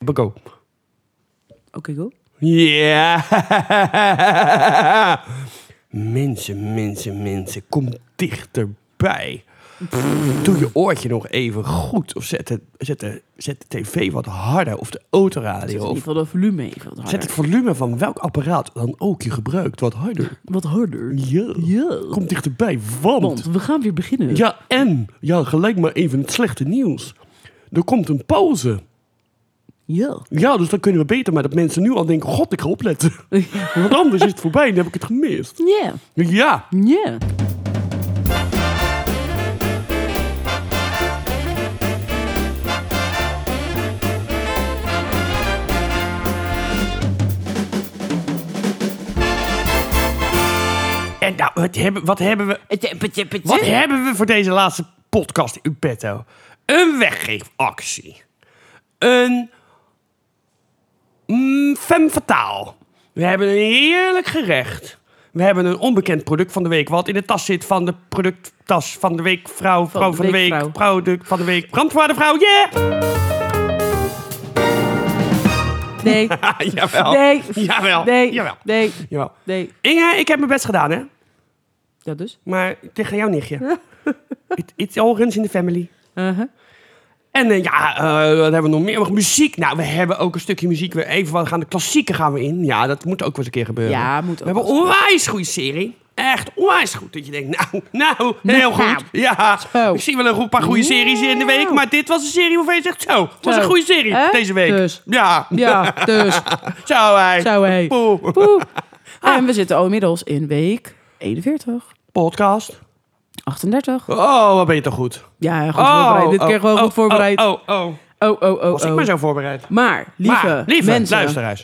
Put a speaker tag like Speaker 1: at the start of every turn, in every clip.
Speaker 1: maar go.
Speaker 2: Oké, go.
Speaker 1: Ja. Mensen. Kom dichterbij. Doe je oortje nog even goed. Of zet de tv wat harder. Of de autoradio.
Speaker 2: Zet in ieder geval de volume even wat harder.
Speaker 1: Zet het volume van welk apparaat dan ook je gebruikt wat harder.
Speaker 2: Wat harder.
Speaker 1: Ja. Kom dichterbij, want
Speaker 2: we gaan weer beginnen.
Speaker 1: Ja, gelijk maar even het slechte nieuws. Er komt een pauze. Ja, dus dan kunnen we beter maar dat mensen nu al denken... God, ik ga opletten. Want anders is het voorbij en dan heb ik het gemist. Ja. En nou, wat hebben we voor deze laatste podcast in petto? Een weggeefactie. Een femme fatale. We hebben een heerlijk gerecht. We hebben een onbekend product van de week... wat in de tas zit van de producttas van de week... vrouw van de week, product van de week... brandwaardevrouw, yeah!
Speaker 2: Nee.
Speaker 1: Jawel.
Speaker 2: Nee.
Speaker 1: Jawel.
Speaker 2: Nee.
Speaker 1: Jawel.
Speaker 2: Nee.
Speaker 1: Jawel.
Speaker 2: Nee.
Speaker 1: Inge, ik heb mijn best gedaan, hè?
Speaker 2: Ja, dus?
Speaker 1: Maar tegen jouw nichtje. It's all runs in the family.
Speaker 2: Uh-huh.
Speaker 1: En wat hebben we nog meer? Muziek. Nou, we hebben ook een stukje muziek. We gaan de klassieken gaan we in. Ja, dat moet ook wel eens een keer gebeuren.
Speaker 2: Ja, moet ook.
Speaker 1: We hebben een onwijs goede serie. Echt onwijs goed. Dat je denkt, nou, heel goed. Ja,
Speaker 2: Zo.
Speaker 1: ik zie wel een paar goede series in de week. Maar dit was een serie waarvan je zegt, zo, het was een goede serie deze week.
Speaker 2: Dus.
Speaker 1: Ja,
Speaker 2: dus.
Speaker 1: Zo, hé.
Speaker 2: Poeh. En we zitten al inmiddels in week 41.
Speaker 1: Podcast.
Speaker 2: 38.
Speaker 1: Oh, wat ben je toch goed.
Speaker 2: Ja, goed voorbereid. Dit keer gewoon goed voorbereid.
Speaker 1: Was ik maar zo voorbereid.
Speaker 2: Maar, lieve mensen.
Speaker 1: luisteraars.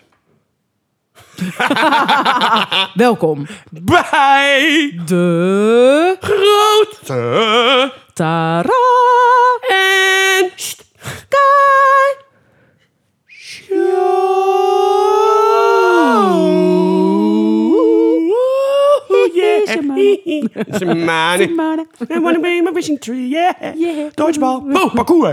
Speaker 2: Welkom
Speaker 1: Bij
Speaker 2: de
Speaker 1: grote
Speaker 2: Tara
Speaker 1: en
Speaker 2: Kai
Speaker 1: Show. Semane. I wanna be my wishing tree, yeah. Dodgeball. Parcours.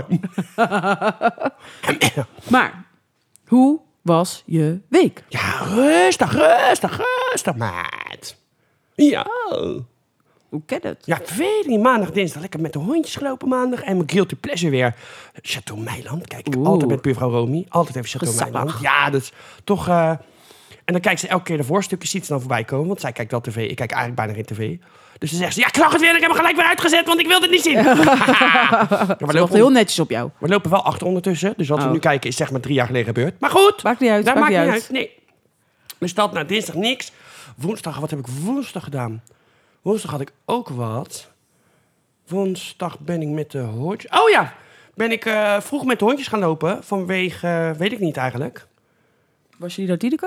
Speaker 2: Maar, hoe was je week?
Speaker 1: Ja, rustig, maat. Ja.
Speaker 2: Hoe ken het?
Speaker 1: Ja, weet niet. Maandag, dinsdag lekker met de hondjes gelopen maandag. En mijn guilty pleasure weer. Chateau Meiland. Kijk ik altijd met buurvrouw Romy. Altijd even Chateau Meiland. Ja, dat is toch... En dan kijkt ze elke keer de voorstukjes, ziet ze dan voorbij komen. Want zij kijkt wel tv. Ik kijk eigenlijk bijna geen tv. Dus dan zegt ze, ja, ik zag het weer. Ik heb hem gelijk weer uitgezet, want ik wilde het niet zien.
Speaker 2: Ze lopen heel netjes op jou.
Speaker 1: We lopen wel achter ondertussen. Dus wat we nu kijken is zeg maar 3 jaar geleden gebeurd. Maar goed.
Speaker 2: Maakt niet uit.
Speaker 1: Dat maakt niet uit. Nee. Dus dat, nou, dinsdag niks. Woensdag, wat heb ik woensdag gedaan? Woensdag had ik ook wat. Woensdag ben ik met de hondjes... Oh ja, ben ik vroeg met de hondjes gaan lopen. Vanwege, weet ik niet eigenlijk.
Speaker 2: Was je niet naar Tineke?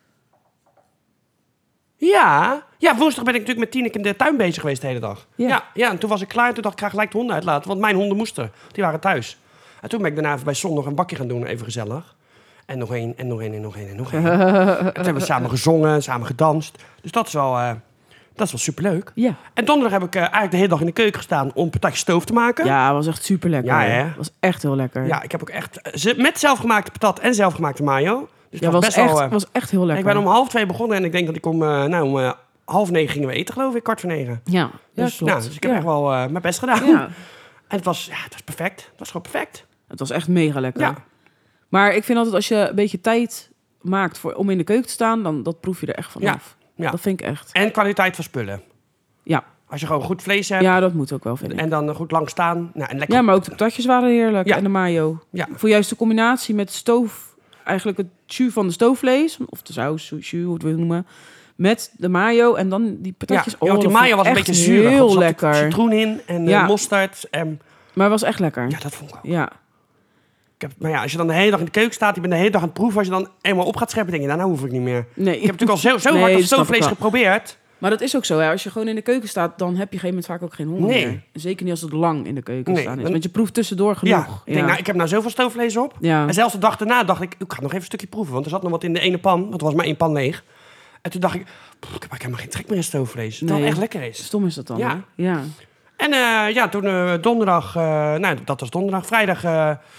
Speaker 1: Ja, woensdag ben ik natuurlijk met Tineke in de tuin bezig geweest de hele dag. Ja, en toen was ik klaar. Toen dacht ik, ga gelijk de honden uitlaten. Want mijn honden moesten. Die waren thuis. En toen ben ik daarna even bij Son nog een bakje gaan doen. Even gezellig. En nog één. En toen hebben we samen gezongen, samen gedanst. Dus dat is wel superleuk.
Speaker 2: Ja.
Speaker 1: En donderdag heb ik eigenlijk de hele dag in de keuken gestaan om patatjes stoof te maken.
Speaker 2: Ja, was echt super lekker.
Speaker 1: Ja, hè?
Speaker 2: Was echt heel lekker.
Speaker 1: Ja, ik heb ook echt met zelfgemaakte patat en zelfgemaakte mayo. Dus
Speaker 2: ja, was echt heel lekker.
Speaker 1: Ik ben om 8:30 begonnen en ik denk dat ik om 8:30 gingen we eten, geloof ik, 8:45.
Speaker 2: Ja,
Speaker 1: dus,
Speaker 2: klopt.
Speaker 1: Dus ik heb echt wel mijn best gedaan.
Speaker 2: Ja.
Speaker 1: En het was perfect. Het was gewoon perfect.
Speaker 2: Het was echt mega lekker.
Speaker 1: Ja.
Speaker 2: Maar ik vind altijd als je een beetje tijd maakt om in de keuken te staan, dan dat proef je er echt vanaf.
Speaker 1: Ja.
Speaker 2: Dat vind ik echt.
Speaker 1: En kwaliteit van spullen.
Speaker 2: Ja.
Speaker 1: Als je gewoon goed vlees hebt.
Speaker 2: Ja, dat moet ook wel, vind ik.
Speaker 1: En dan goed lang staan. Nou, en lekker...
Speaker 2: Ja, maar ook de patatjes waren heerlijk.
Speaker 1: Ja.
Speaker 2: En de mayo.
Speaker 1: Ja.
Speaker 2: Voor juist de combinatie met stoof, eigenlijk het jus van de stoofvlees, of de saus, jus, hoe het wil noemen, met de mayo en dan die patatjes.
Speaker 1: Ja, want die mayo was een beetje zuur.
Speaker 2: Heel
Speaker 1: er zat
Speaker 2: lekker.
Speaker 1: Citroen in en mosterd.
Speaker 2: Maar het was echt lekker.
Speaker 1: Ja, dat vond ik ook.
Speaker 2: Ja.
Speaker 1: Maar ja, als je dan de hele dag in de keuken staat, je bent de hele dag aan het proeven. Als je dan eenmaal op gaat scheppen, denk je, nou hoef ik niet meer.
Speaker 2: Nee.
Speaker 1: Ik heb natuurlijk al zo hard dat stoofvlees geprobeerd.
Speaker 2: Maar dat is ook zo, hè. Als je gewoon in de keuken staat, dan heb je op een gegeven moment vaak ook geen honger meer. Zeker niet als het lang in de keuken staan is. Want je proeft tussendoor genoeg.
Speaker 1: Ja, ik denk, ik heb nou zoveel stoofvlees op.
Speaker 2: Ja.
Speaker 1: En zelfs de dag daarna dacht ik ga nog even een stukje proeven. Want er zat nog wat in de ene pan, want er was maar 1 pan leeg. En toen dacht ik heb helemaal geen trek meer in stoofvlees. Terwijl het echt lekker is.
Speaker 2: Stom is dat dan,
Speaker 1: ja.
Speaker 2: Hè? Ja.
Speaker 1: En toen donderdag, dat was donderdag. Vrijdag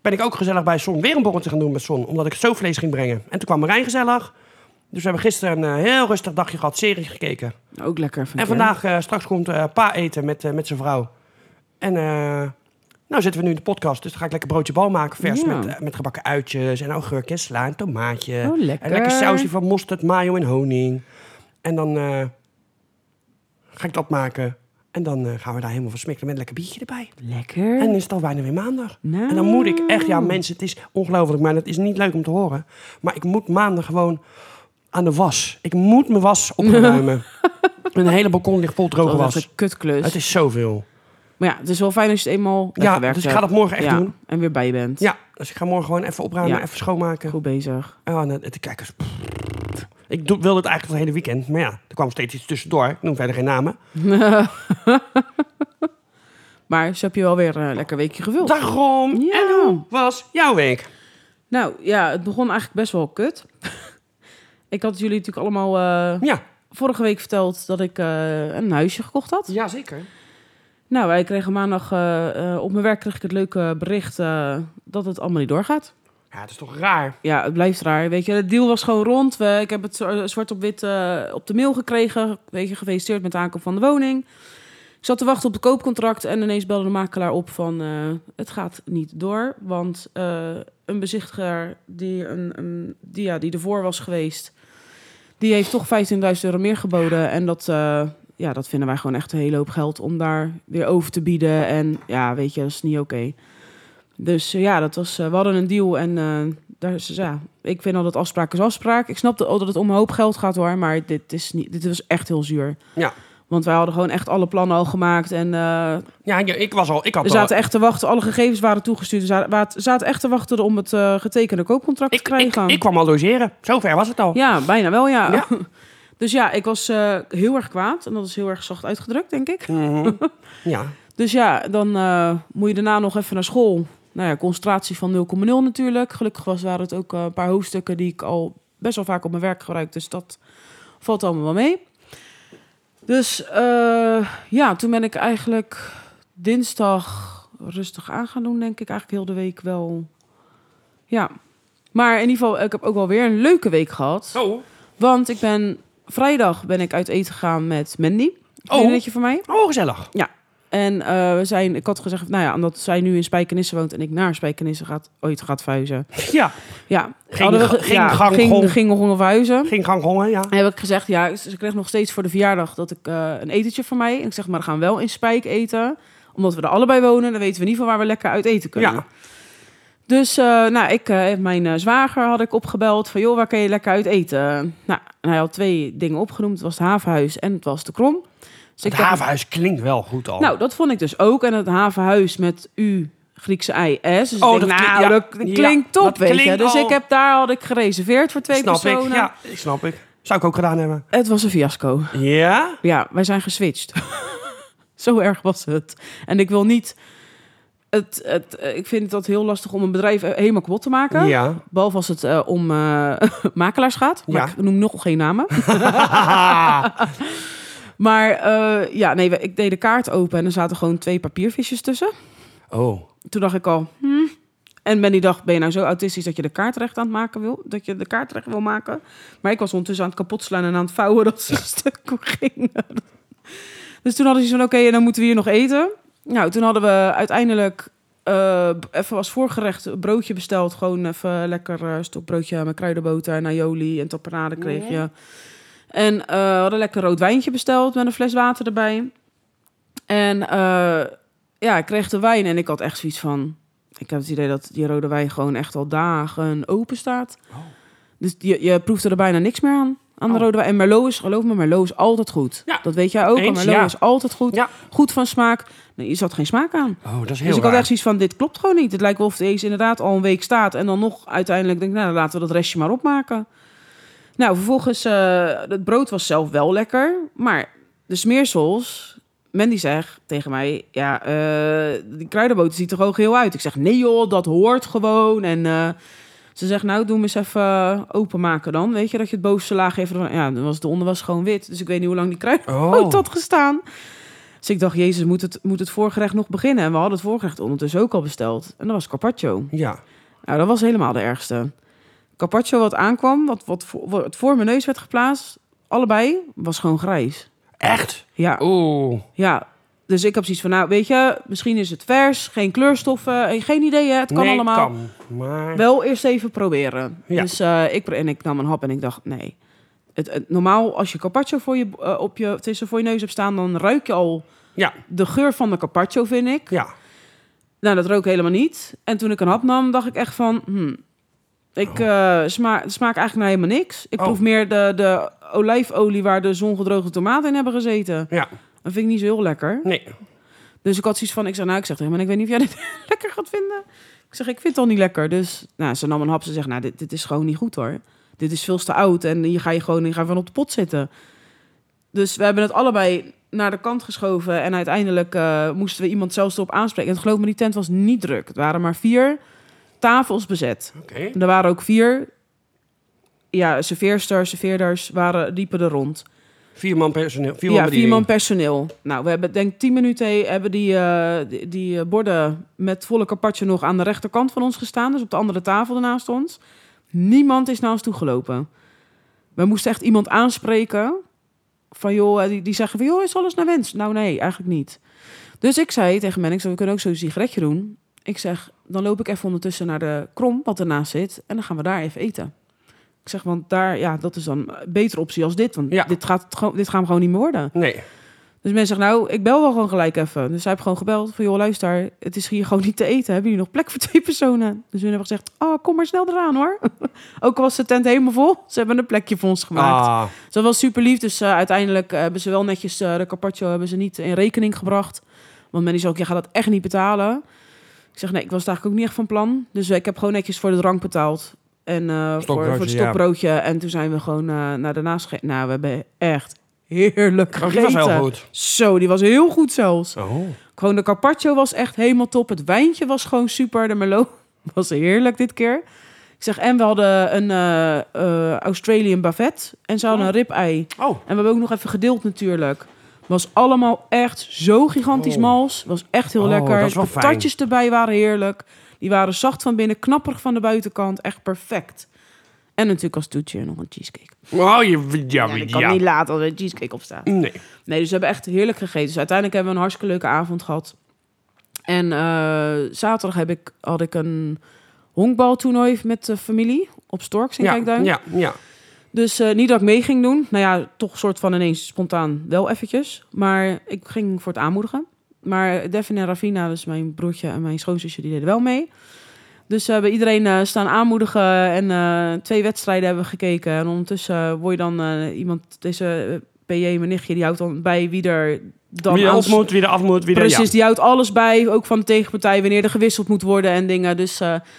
Speaker 1: ben ik ook gezellig bij Son weer een borreltje gaan doen met Son. Omdat ik zo vlees ging brengen. En toen kwam Marijn gezellig. Dus we hebben gisteren een heel rustig dagje gehad, serie gekeken.
Speaker 2: Ook lekker.
Speaker 1: En vandaag straks komt pa eten met zijn vrouw. En nou zitten we nu in de podcast. Dus dan ga ik lekker broodje bal maken. Vers met gebakken uitjes en augurk en sla en tomaatje.
Speaker 2: Oh, lekker.
Speaker 1: En lekker sausje van mosterd, mayo en honing. En dan ga ik dat maken. En dan gaan we daar helemaal van smikkelen met een lekker biertje erbij.
Speaker 2: Lekker.
Speaker 1: En dan is het al bijna weer maandag.
Speaker 2: Nou.
Speaker 1: En dan moet ik echt, ja mensen, het is ongelooflijk, maar het is niet leuk om te horen. Maar ik moet maandag gewoon aan de was. Ik moet mijn was opruimen. Een hele balkon ligt vol droge was.
Speaker 2: Dat is een kutklus.
Speaker 1: Het is zoveel.
Speaker 2: Maar ja, het is wel fijn als je het eenmaal weggewerkt
Speaker 1: dus ik ga dat morgen echt doen.
Speaker 2: En weer bij je bent.
Speaker 1: Ja, dus ik ga morgen gewoon even opruimen, even schoonmaken.
Speaker 2: Goed bezig.
Speaker 1: Kijk eens. Ik wilde het eigenlijk het hele weekend, maar ja, er kwam steeds iets tussendoor. Ik noem verder geen namen.
Speaker 2: Maar ze heb je wel weer een lekker weekje gevuld.
Speaker 1: Daarom.
Speaker 2: Ja.
Speaker 1: En hoe was jouw week?
Speaker 2: Nou ja, het begon eigenlijk best wel kut. Ik had jullie natuurlijk allemaal vorige week verteld dat ik een huisje gekocht had.
Speaker 1: Ja, zeker.
Speaker 2: Nou, wij kregen maandag op mijn werk kreeg ik het leuke bericht dat het allemaal niet doorgaat.
Speaker 1: Ja, het is toch raar?
Speaker 2: Ja, het blijft raar. Weet je, de deal was gewoon rond. Ik heb het zwart op wit op de mail gekregen. Weet je, gefeliciteerd met de aankoop van de woning. Ik zat te wachten op het koopcontract en ineens belde de makelaar op van het gaat niet door. Want een bezichtiger die ervoor was geweest, die heeft toch €15.000 meer geboden. En dat vinden wij gewoon echt een hele hoop geld om daar weer over te bieden. En ja, weet je, dat is niet oké. Dus dat was, we hadden een deal en ik vind al dat afspraak is afspraak. Ik snap dat het om een hoop geld gaat hoor, maar dit was echt heel zuur.
Speaker 1: Ja.
Speaker 2: Want wij hadden gewoon echt alle plannen al gemaakt. En
Speaker 1: we
Speaker 2: zaten echt te wachten. Alle gegevens waren toegestuurd. We zaten echt te wachten om het getekende koopcontract te krijgen.
Speaker 1: Ik kwam al logeren. Zover was het al.
Speaker 2: Ja, bijna wel, ja. Dus ja, ik was heel erg kwaad. En dat is heel erg zacht uitgedrukt, denk ik.
Speaker 1: Mm-hmm. Ja.
Speaker 2: Dus ja, dan moet je daarna nog even naar school. Nou ja, concentratie van 0,0 natuurlijk. Gelukkig waren het ook een paar hoofdstukken die ik al best wel vaak op mijn werk gebruik. Dus dat valt allemaal wel mee. Dus toen ben ik eigenlijk dinsdag rustig aan gaan doen, denk ik. Eigenlijk heel de week wel. Ja. Maar in ieder geval, ik heb ook wel weer een leuke week gehad.
Speaker 1: Oh.
Speaker 2: Want vrijdag ben ik uit eten gegaan met Mandy. Een vriendinnetje van mij.
Speaker 1: Oh, gezellig.
Speaker 2: Ja. En ik had gezegd, omdat zij nu in Spijkenisse woont en ik naar Spijkenisse gaat verhuizen.
Speaker 1: Ja.
Speaker 2: Ja.
Speaker 1: Ging
Speaker 2: gewoon verhuizen.
Speaker 1: Ging gang, ja.
Speaker 2: En heb ik gezegd, ze kreeg nog steeds voor de verjaardag dat ik een etentje voor mij. En ik zeg, maar dan gaan we wel in Spijk eten. Omdat we er allebei wonen, dan weten we niet van waar we lekker uit eten kunnen. Ja. Dus mijn zwager had ik opgebeld van, joh, waar kan je lekker uit eten? Nou, en hij had 2 dingen opgenoemd. Het was het Havenhuis en het was de Krom. Dus
Speaker 1: het Havenhuis klinkt wel goed al.
Speaker 2: Nou, dat vond ik dus ook. En het Havenhuis met Griekse I-S. Dus dat klinkt top, weet je. Dus daar had ik gereserveerd voor 2 personen.
Speaker 1: Ja, snap ik. Zou ik ook gedaan hebben.
Speaker 2: Het was een fiasco.
Speaker 1: Ja?
Speaker 2: Ja, wij zijn geswitcht. Zo erg was het. En ik wil niet... ik vind dat heel lastig om een bedrijf helemaal kapot te maken. Ja. Behalve als het om makelaars gaat. Maar ik noem nog geen namen. Maar ik deed de kaart open en er zaten gewoon 2 papiervisjes tussen.
Speaker 1: Oh.
Speaker 2: Toen dacht ik al, En Mandy dacht, ben je nou zo autistisch dat je de kaart recht aan het maken wil? Dat je de kaart recht wil maken? Maar ik was ondertussen aan het kapotslaan en aan het vouwen dat ze een stuk gingen. Dus toen hadden ze van, oké, dan moeten we hier nog eten. Nou, toen hadden we uiteindelijk even als voorgerecht een broodje besteld. Gewoon even lekker stokbroodje met kruidenboter en aioli en tapenade kreeg je. En hadden lekker rood wijntje besteld met een fles water erbij. En ik kreeg de wijn en ik had echt zoiets van... Ik heb het idee dat die rode wijn gewoon echt al dagen open staat. Oh. Dus je proeft er bijna niks meer aan de rode wijn. En Merlot is, geloof me, Merlot is altijd goed. Ja. Dat weet jij ook. Eens, Merlot is altijd goed. Ja. Goed van smaak. Nee, je zat geen smaak aan.
Speaker 1: Oh, dat is heel
Speaker 2: dus ik
Speaker 1: raar.
Speaker 2: had echt zoiets van, dit klopt gewoon niet. Het lijkt wel of deze inderdaad al een week staat. En dan nog uiteindelijk denk ik, nou, dan laten we dat restje maar opmaken. Nou, vervolgens, het brood was zelf wel lekker. Maar de smeersels... Mandy zegt tegen mij, die kruidenboter ziet er gewoon geel uit. Ik zeg, nee joh, dat hoort gewoon. En ze zegt, nou, doe hem eens even openmaken dan. Weet je, dat je het bovenste laag even... Ja, dan was de onder was gewoon wit. Dus ik weet niet hoe lang die kruidenboter had gestaan. Dus ik dacht, jezus, moet het voorgerecht nog beginnen? En we hadden het voorgerecht ondertussen ook al besteld. En dat was carpaccio.
Speaker 1: Ja.
Speaker 2: Nou, dat was helemaal de ergste. Carpaccio wat aankwam, wat voor mijn neus werd geplaatst, allebei, was gewoon grijs.
Speaker 1: Echt?
Speaker 2: Ja.
Speaker 1: Oeh.
Speaker 2: Ja. Dus ik heb zoiets van, nou, weet je, misschien is het vers, geen kleurstoffen, geen idee, hè, het kan allemaal.
Speaker 1: Kan, maar...
Speaker 2: Wel eerst even proberen.
Speaker 1: Ja.
Speaker 2: Dus ik nam een hap en ik dacht, nee. Normaal, als je carpaccio voor je neus hebt staan, dan ruik je al de geur van de carpaccio, vind ik.
Speaker 1: Ja.
Speaker 2: Nou, dat rook helemaal niet. En toen ik een hap nam, dacht ik echt van... smaak eigenlijk naar helemaal niks. Ik proef meer de olijfolie waar de zongedroogde tomaten in hebben gezeten.
Speaker 1: Ja.
Speaker 2: Dat vind ik niet zo heel lekker.
Speaker 1: Nee.
Speaker 2: Dus ik had zoiets van... Ik zeg tegen hem, ik weet niet of jij dit lekker gaat vinden. Ik zeg, ik vind het al niet lekker. Dus ze nam een hap. Ze zegt, nou, dit is gewoon niet goed, hoor. Dit is veel te oud en je gaat van op de pot zitten. Dus we hebben het allebei naar de kant geschoven. En uiteindelijk moesten we iemand zelfs erop aanspreken. En geloof me, die tent was niet druk. Het waren maar 4 tafels bezet.
Speaker 1: Okay.
Speaker 2: Er waren ook 4 serveerders liepen er rond.
Speaker 1: 4 man personeel.
Speaker 2: 4 man personeel. Nou, we hebben denk 10 minuten hebben die borden met volle carpaccio nog aan de rechterkant van ons gestaan. Dus op de andere tafel ernaast ons. Niemand is naar ons toegelopen. We moesten echt iemand aanspreken. Van joh, die zeggen van joh, is alles naar wens? Nou nee, eigenlijk niet. Dus ik zei tegen Mennix, we kunnen ook zo'n sigaretje doen. Ik zeg, dan loop ik even ondertussen naar de krom wat ernaast zit. En dan gaan we daar even eten. Ik zeg, want daar, dat is dan een betere optie als dit. Want dit gaan we gewoon niet meer worden.
Speaker 1: Nee.
Speaker 2: Dus mensen zeggen, nou, ik bel wel gewoon gelijk even. Dus zij heeft gewoon gebeld van, joh, luister, het is hier gewoon niet te eten. Hebben jullie nog plek voor 2 personen? Dus we hebben gezegd, kom maar snel eraan, hoor. Ook al was de tent helemaal vol, ze hebben een plekje voor ons gemaakt. Dus dat was super lief. Dus uiteindelijk hebben ze wel netjes de carpaccio hebben ze niet in rekening gebracht. Want men is ook, je gaat dat echt niet betalen. Ik zeg, nee, ik was het eigenlijk ook niet echt van plan. Dus ik heb gewoon netjes voor de drank betaald. En voor het stokbroodje. Ja. En toen zijn we gewoon naar de naast gegeten. Nou, we hebben echt heerlijk gegeten.
Speaker 1: Die was heel goed.
Speaker 2: Zo, die was heel goed zelfs.
Speaker 1: Oh.
Speaker 2: Gewoon de carpaccio was echt helemaal top. Het wijntje was gewoon super. De merlot was heerlijk dit keer. Ik zeg, en we hadden een Australian buffet. En ze hadden een rib-ei.
Speaker 1: Oh.
Speaker 2: En we hebben ook nog even gedeeld natuurlijk. Was allemaal echt zo gigantisch mals. Was echt heel lekker. De patatjes erbij waren heerlijk. Die waren zacht van binnen, knapperig van de buitenkant. Echt perfect. En natuurlijk als toetje nog een cheesecake.
Speaker 1: Oh,
Speaker 2: ik kan niet laten als er een cheesecake op staat.
Speaker 1: Nee,
Speaker 2: dus we hebben echt heerlijk gegeten. Dus uiteindelijk hebben we een hartstikke leuke avond gehad. En zaterdag had ik een honkbaltoernooi met de familie op Storks in Kijkduin.
Speaker 1: Ja.
Speaker 2: Dus niet dat ik mee ging doen. Nou ja, toch soort van ineens spontaan wel eventjes. Maar ik ging voor het aanmoedigen. Maar Devin en Ravina, dus mijn broertje en mijn schoonzusje, die deden wel mee. Dus we hebben iedereen staan aanmoedigen en 2 wedstrijden hebben we gekeken. En ondertussen word je dan iemand, deze PJ, mijn nichtje, die houdt dan bij wie er dan...
Speaker 1: Wie er op moet, wie er af moet, wie er...
Speaker 2: Precies, die houdt alles bij, ook van de tegenpartij, wanneer er gewisseld moet worden en dingen. Dus,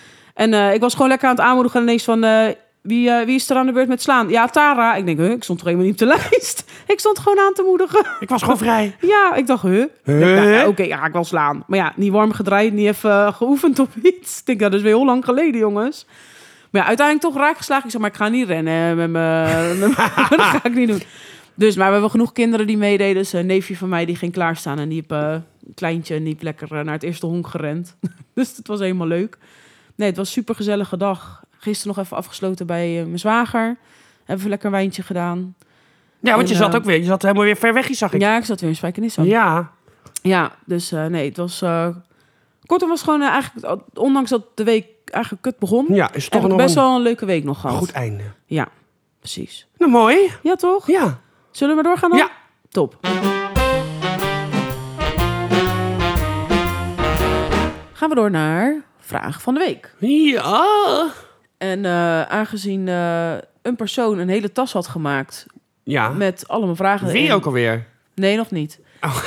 Speaker 2: ik was gewoon lekker aan het aanmoedigen en ineens van... Wie is er aan de beurt met slaan? Ja, Tara. Ik denk, ik stond toch helemaal niet op de lijst. Ik stond gewoon aan te moedigen.
Speaker 1: Ik was gewoon vrij.
Speaker 2: Ja, ik dacht, Oké, ga ik wel slaan. Maar ja, niet warm gedraaid, niet even geoefend op iets. Ik denk, dat is weer heel lang geleden, jongens. Maar ja, uiteindelijk toch raak geslagen. Ik zeg, maar ik ga niet rennen met mijn... Dat ga ik niet doen. Dus, maar we hebben genoeg kinderen die meededen. Dus een neefje van mij, die ging klaarstaan. En die heeft een kleintje en die heeft lekker naar het eerste honk gerend. Dus het was helemaal leuk. Nee, het was een super gezellige dag. Gisteren nog even afgesloten bij mijn zwager. Hebben we lekker een wijntje gedaan.
Speaker 1: Ja, want je zat helemaal weer ver weg, zag ik.
Speaker 2: Ja, ik zat weer in Spijkenisse. Ja, dus het was... Kortom was gewoon eigenlijk, ondanks dat de week eigenlijk kut begon...
Speaker 1: Ja, is toch nog
Speaker 2: best wel een leuke week nog gehad.
Speaker 1: Goed einde.
Speaker 2: Ja, precies.
Speaker 1: Nou, mooi.
Speaker 2: Ja, toch?
Speaker 1: Ja.
Speaker 2: Zullen we maar doorgaan dan?
Speaker 1: Ja.
Speaker 2: Top. Gaan we door naar vraag van de week.
Speaker 1: Ja.
Speaker 2: En aangezien een persoon een hele tas had gemaakt...
Speaker 1: Ja.
Speaker 2: Met allemaal vragen
Speaker 1: Wie ook alweer?
Speaker 2: Nee, nog niet.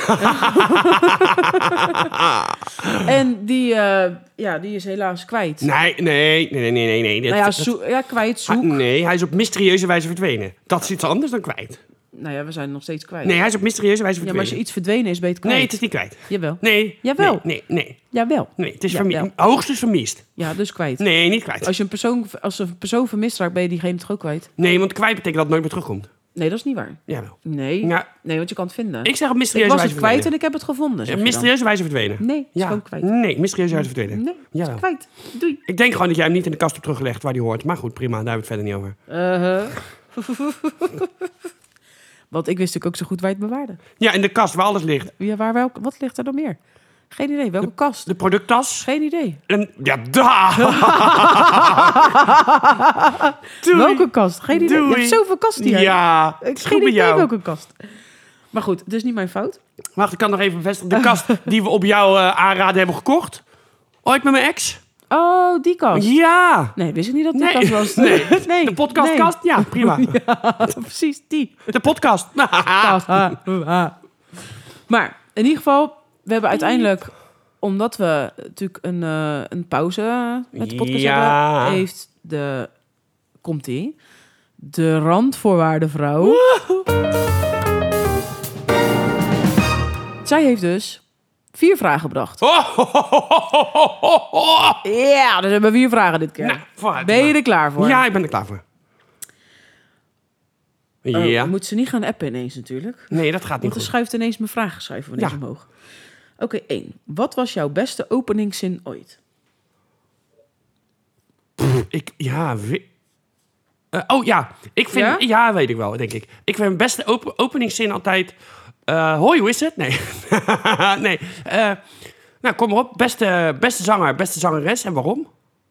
Speaker 2: En die is helaas kwijt.
Speaker 1: Nee.
Speaker 2: Kwijt, zoek.
Speaker 1: Nee, hij is op mysterieuze wijze verdwenen. Dat is iets anders dan kwijt.
Speaker 2: Nou ja, we zijn nog steeds kwijt.
Speaker 1: Nee, hij is op mysterieuze wijze verdwenen.
Speaker 2: Ja, maar als je iets verdwenen is, ben je het kwijt.
Speaker 1: Nee, het is niet kwijt.
Speaker 2: Jawel.
Speaker 1: Nee.
Speaker 2: Jawel.
Speaker 1: Nee.
Speaker 2: Jawel.
Speaker 1: Nee, het is hoogstens vermist.
Speaker 2: Ja, dus kwijt.
Speaker 1: Nee, niet kwijt.
Speaker 2: Als een persoon vermist raakt, ben je diegene toch ook kwijt?
Speaker 1: Nee, want kwijt betekent dat het nooit meer terugkomt.
Speaker 2: Nee, dat is niet waar.
Speaker 1: Jawel.
Speaker 2: Nee,
Speaker 1: Ja.
Speaker 2: nee, want je kan het vinden.
Speaker 1: Ik zeg op
Speaker 2: Ik
Speaker 1: mysterieuze
Speaker 2: was
Speaker 1: wijze
Speaker 2: het kwijt
Speaker 1: verdwenen.
Speaker 2: en ik heb het gevonden. zeg je dan.
Speaker 1: Mysterieuze wijze verdwenen.
Speaker 2: Nee, het is
Speaker 1: Ja.
Speaker 2: gewoon kwijt.
Speaker 1: Nee, mysterieuze wijze verdwenen.
Speaker 2: Nee, het is
Speaker 1: Jawel.
Speaker 2: kwijt. Doei.
Speaker 1: Ik denk gewoon dat jij hem niet in de kast hebt teruggelegd waar hij hoort. Maar goed, prima, daar hebben we het verder niet over.
Speaker 2: Want ik wist natuurlijk ook zo goed waar je het bewaarde.
Speaker 1: Ja, in de kast waar alles ligt.
Speaker 2: Ja, wat ligt er dan meer? Geen idee. Welke kast?
Speaker 1: De producttas.
Speaker 2: Geen idee.
Speaker 1: En ja, daar! Doei.
Speaker 2: Welke kast? Geen idee.
Speaker 1: Doei.
Speaker 2: Je hebt zoveel kasten hier.
Speaker 1: Ja,
Speaker 2: Ik heb
Speaker 1: goed
Speaker 2: geen
Speaker 1: met
Speaker 2: idee
Speaker 1: jou.
Speaker 2: welke kast. Maar goed, het is niet mijn fout.
Speaker 1: Wacht, ik kan nog even bevestigen. De kast die we op jou aanraden hebben gekocht. Ooit met mijn ex.
Speaker 2: Oh, die kast.
Speaker 1: Ja!
Speaker 2: Nee, wist ik niet dat die
Speaker 1: Nee.
Speaker 2: kast was.
Speaker 1: Nee.
Speaker 2: Nee.
Speaker 1: De podcastkast? Ja, prima.
Speaker 2: Precies, die.
Speaker 1: De podcast.
Speaker 2: Kast. Maar in ieder geval, we hebben uiteindelijk, omdat we natuurlijk een pauze met de podcast
Speaker 1: Ja.
Speaker 2: hebben, heeft komt-ie, de randvoorwaardenvrouw. Zij heeft dus 4 vragen gebracht. Ja, dus we hebben 4 vragen dit keer.
Speaker 1: Nou, vooruit.
Speaker 2: Ben je er klaar voor?
Speaker 1: Ja, ik ben er klaar voor. Ja.
Speaker 2: Moet ze niet gaan appen ineens natuurlijk.
Speaker 1: Nee, dat gaat niet
Speaker 2: Want er
Speaker 1: goed.
Speaker 2: schuift ineens mijn vragen schrijven wanneer
Speaker 1: Ja.
Speaker 2: ze omhoog. Oké, 1. Wat was jouw beste openingszin ooit?
Speaker 1: Ik vind...
Speaker 2: Ja?
Speaker 1: Ja, weet ik wel, denk ik. Ik vind mijn beste openingszin altijd... hoi, hoe is het? Nee. Nee. Nou, kom maar op. Beste zanger, beste zangeres. En waarom?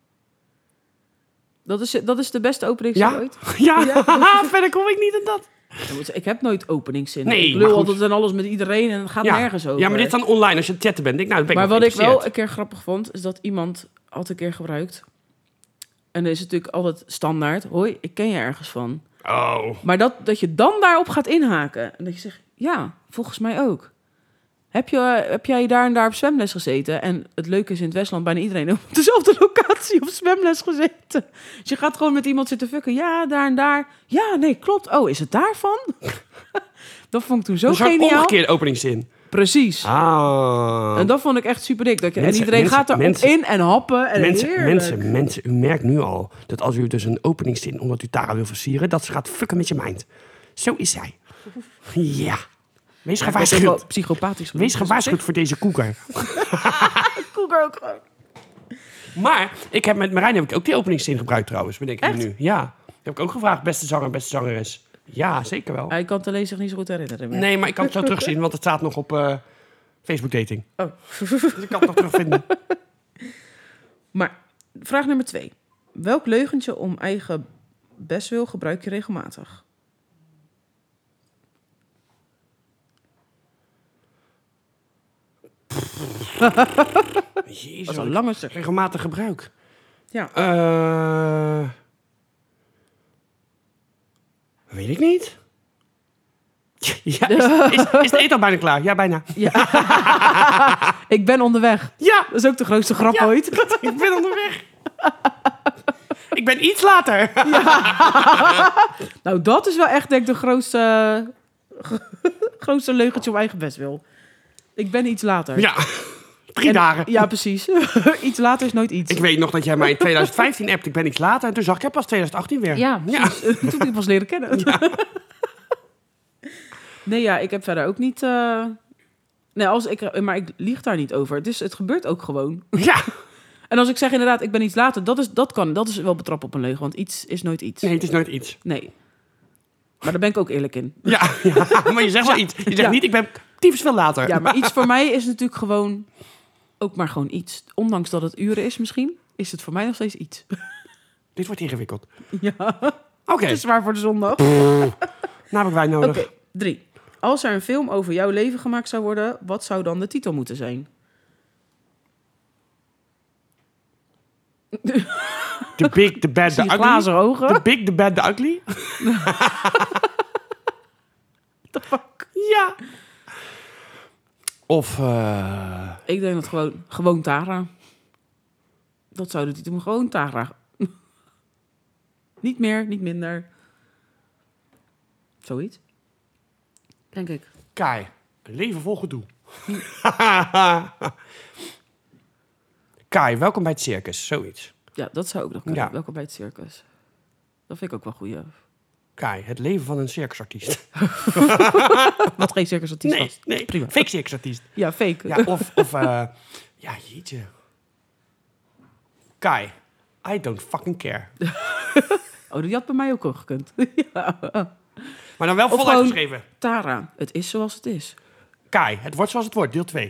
Speaker 2: Dat is de beste openingszin
Speaker 1: Ja?
Speaker 2: ooit?
Speaker 1: Ja,
Speaker 2: Ja.
Speaker 1: verder kom ik niet aan dat.
Speaker 2: Ik heb nooit openingszinnen.
Speaker 1: Nee,
Speaker 2: ik
Speaker 1: maar
Speaker 2: lul
Speaker 1: goed.
Speaker 2: altijd en alles met iedereen en het gaat nergens over.
Speaker 1: Ja, maar dit is dan online als je aan het chatten bent. Denk, nou, dan ben
Speaker 2: Maar
Speaker 1: ik
Speaker 2: wat ik wel
Speaker 1: geïnteresseerd.
Speaker 2: een keer grappig vond, is dat iemand had een keer gebruikt. En dan is het natuurlijk altijd standaard. Hoi, ik ken je ergens van.
Speaker 1: Oh.
Speaker 2: Maar dat je dan daarop gaat inhaken. En dat je zegt, ja, volgens mij ook. Heb jij daar en daar op zwemles gezeten? En het leuke is in het Westland, bijna iedereen op dezelfde locatie op zwemles gezeten. Dus je gaat gewoon met iemand zitten fucken. Ja, daar en daar. Ja, nee, klopt. Oh, is het daarvan? Dat vond ik toen zo
Speaker 1: Een soort
Speaker 2: geniaal.
Speaker 1: omgekeerde openingszin.
Speaker 2: Precies.
Speaker 1: Ah.
Speaker 2: En dat vond ik echt super dik. En
Speaker 1: Mensen,
Speaker 2: iedereen
Speaker 1: mensen,
Speaker 2: gaat erop
Speaker 1: mensen.
Speaker 2: in en happen. En heerlijk.
Speaker 1: Mensen, u merkt nu al dat als u dus een openingszin, omdat u Tara wil versieren, dat ze gaat fucken met je mind. Zo is zij. Ja. Wees
Speaker 2: Ja, ik ben wel
Speaker 1: gewaarschuwd.
Speaker 2: psychopathisch.
Speaker 1: Wees gewaarschuwd voor deze koeker.
Speaker 2: Koeker ook gewoon.
Speaker 1: Maar met Marijn heb ik ook die openingszin gebruikt trouwens, bedenk ik me nu. Ja. Heb ik ook gevraagd, beste zanger, beste zangeres. Ja, zeker wel.
Speaker 2: Hij kan het alleen zich niet zo goed herinneren. meer.
Speaker 1: Nee, maar ik kan het zo terugzien, want het staat nog op Facebook dating.
Speaker 2: Oh.
Speaker 1: Dus ik kan het nog terugvinden.
Speaker 2: Maar, vraag nummer 2. Welk leugentje om eigen bestwil gebruik je regelmatig?
Speaker 1: Jezus,
Speaker 2: Dat is een lange stuk.
Speaker 1: regelmatig gebruik.
Speaker 2: Ja.
Speaker 1: Weet ik niet. Ja, is de eten al bijna klaar? Ja, bijna.
Speaker 2: Ik ben onderweg.
Speaker 1: Ja,
Speaker 2: Dat is ook de grootste grap
Speaker 1: Ja.
Speaker 2: ooit.
Speaker 1: ik ben onderweg. Ik ben iets later.
Speaker 2: Nou, dat is wel echt denk ik de grootste leugentje om eigen bestwil. Ik ben iets later.
Speaker 1: Ja, 3 dagen.
Speaker 2: Ja, precies. Iets later is nooit iets.
Speaker 1: Ik weet nog dat jij mij in 2015 appt. Ik ben iets later. En toen zag ik pas 2018 weer.
Speaker 2: Ja, precies. Toen heb ik pas leren kennen. Nee, ja, ik heb verder ook niet... Nee, maar ik lieg daar niet over. Dus het gebeurt ook gewoon.
Speaker 1: Ja.
Speaker 2: En als ik zeg inderdaad, ik ben iets later, dat is wel betrappen op een leugen. Want iets is nooit iets.
Speaker 1: Nee, het is nooit iets.
Speaker 2: Nee. Maar daar ben ik ook eerlijk in.
Speaker 1: Ja, maar je zegt wel iets. Je zegt
Speaker 2: Ja.
Speaker 1: niet, ik ben typisch veel later.
Speaker 2: Ja, maar iets voor mij is natuurlijk gewoon... Ook maar gewoon iets. Ondanks dat het uren is misschien, is het voor mij nog steeds iets.
Speaker 1: Dit wordt ingewikkeld.
Speaker 2: Ja,
Speaker 1: Oké,
Speaker 2: het is waar voor de zondag.
Speaker 1: nou heb ik wij nodig.
Speaker 2: Oké, 3. Als er een film over jouw leven gemaakt zou worden, wat zou dan de titel moeten zijn?
Speaker 1: The Big, the Bad, the
Speaker 2: Zie je
Speaker 1: Ugly.
Speaker 2: glazen ogen?
Speaker 1: The Big, the Bad, the Ugly.
Speaker 2: The fuck?
Speaker 1: Ja. Of...
Speaker 2: Ik denk dat gewoon Tara. Dat zou de titel moeten gewoon Tara. Niet meer, niet minder. Zoiets. Denk ik.
Speaker 1: Kai, een leven vol gedoe. Kai, welkom bij het circus. Zoiets.
Speaker 2: Ja, dat zou ook nog kunnen.
Speaker 1: Ja.
Speaker 2: Welkom bij het circus. Dat vind ik ook wel goeie.
Speaker 1: Kai, het leven van een circusartiest.
Speaker 2: Wat geen circusartiest was.
Speaker 1: Nee,
Speaker 2: Prima.
Speaker 1: fake circusartiest.
Speaker 2: Ja, fake.
Speaker 1: Ja, ja, jeetje. Kai, I don't fucking care.
Speaker 2: Oh, die had bij mij ook al gekund. Ja.
Speaker 1: Maar dan wel
Speaker 2: Of
Speaker 1: voluit
Speaker 2: gewoon-
Speaker 1: geschreven.
Speaker 2: Tara, het is zoals het is.
Speaker 1: Kai, het wordt zoals het wordt, deel 2.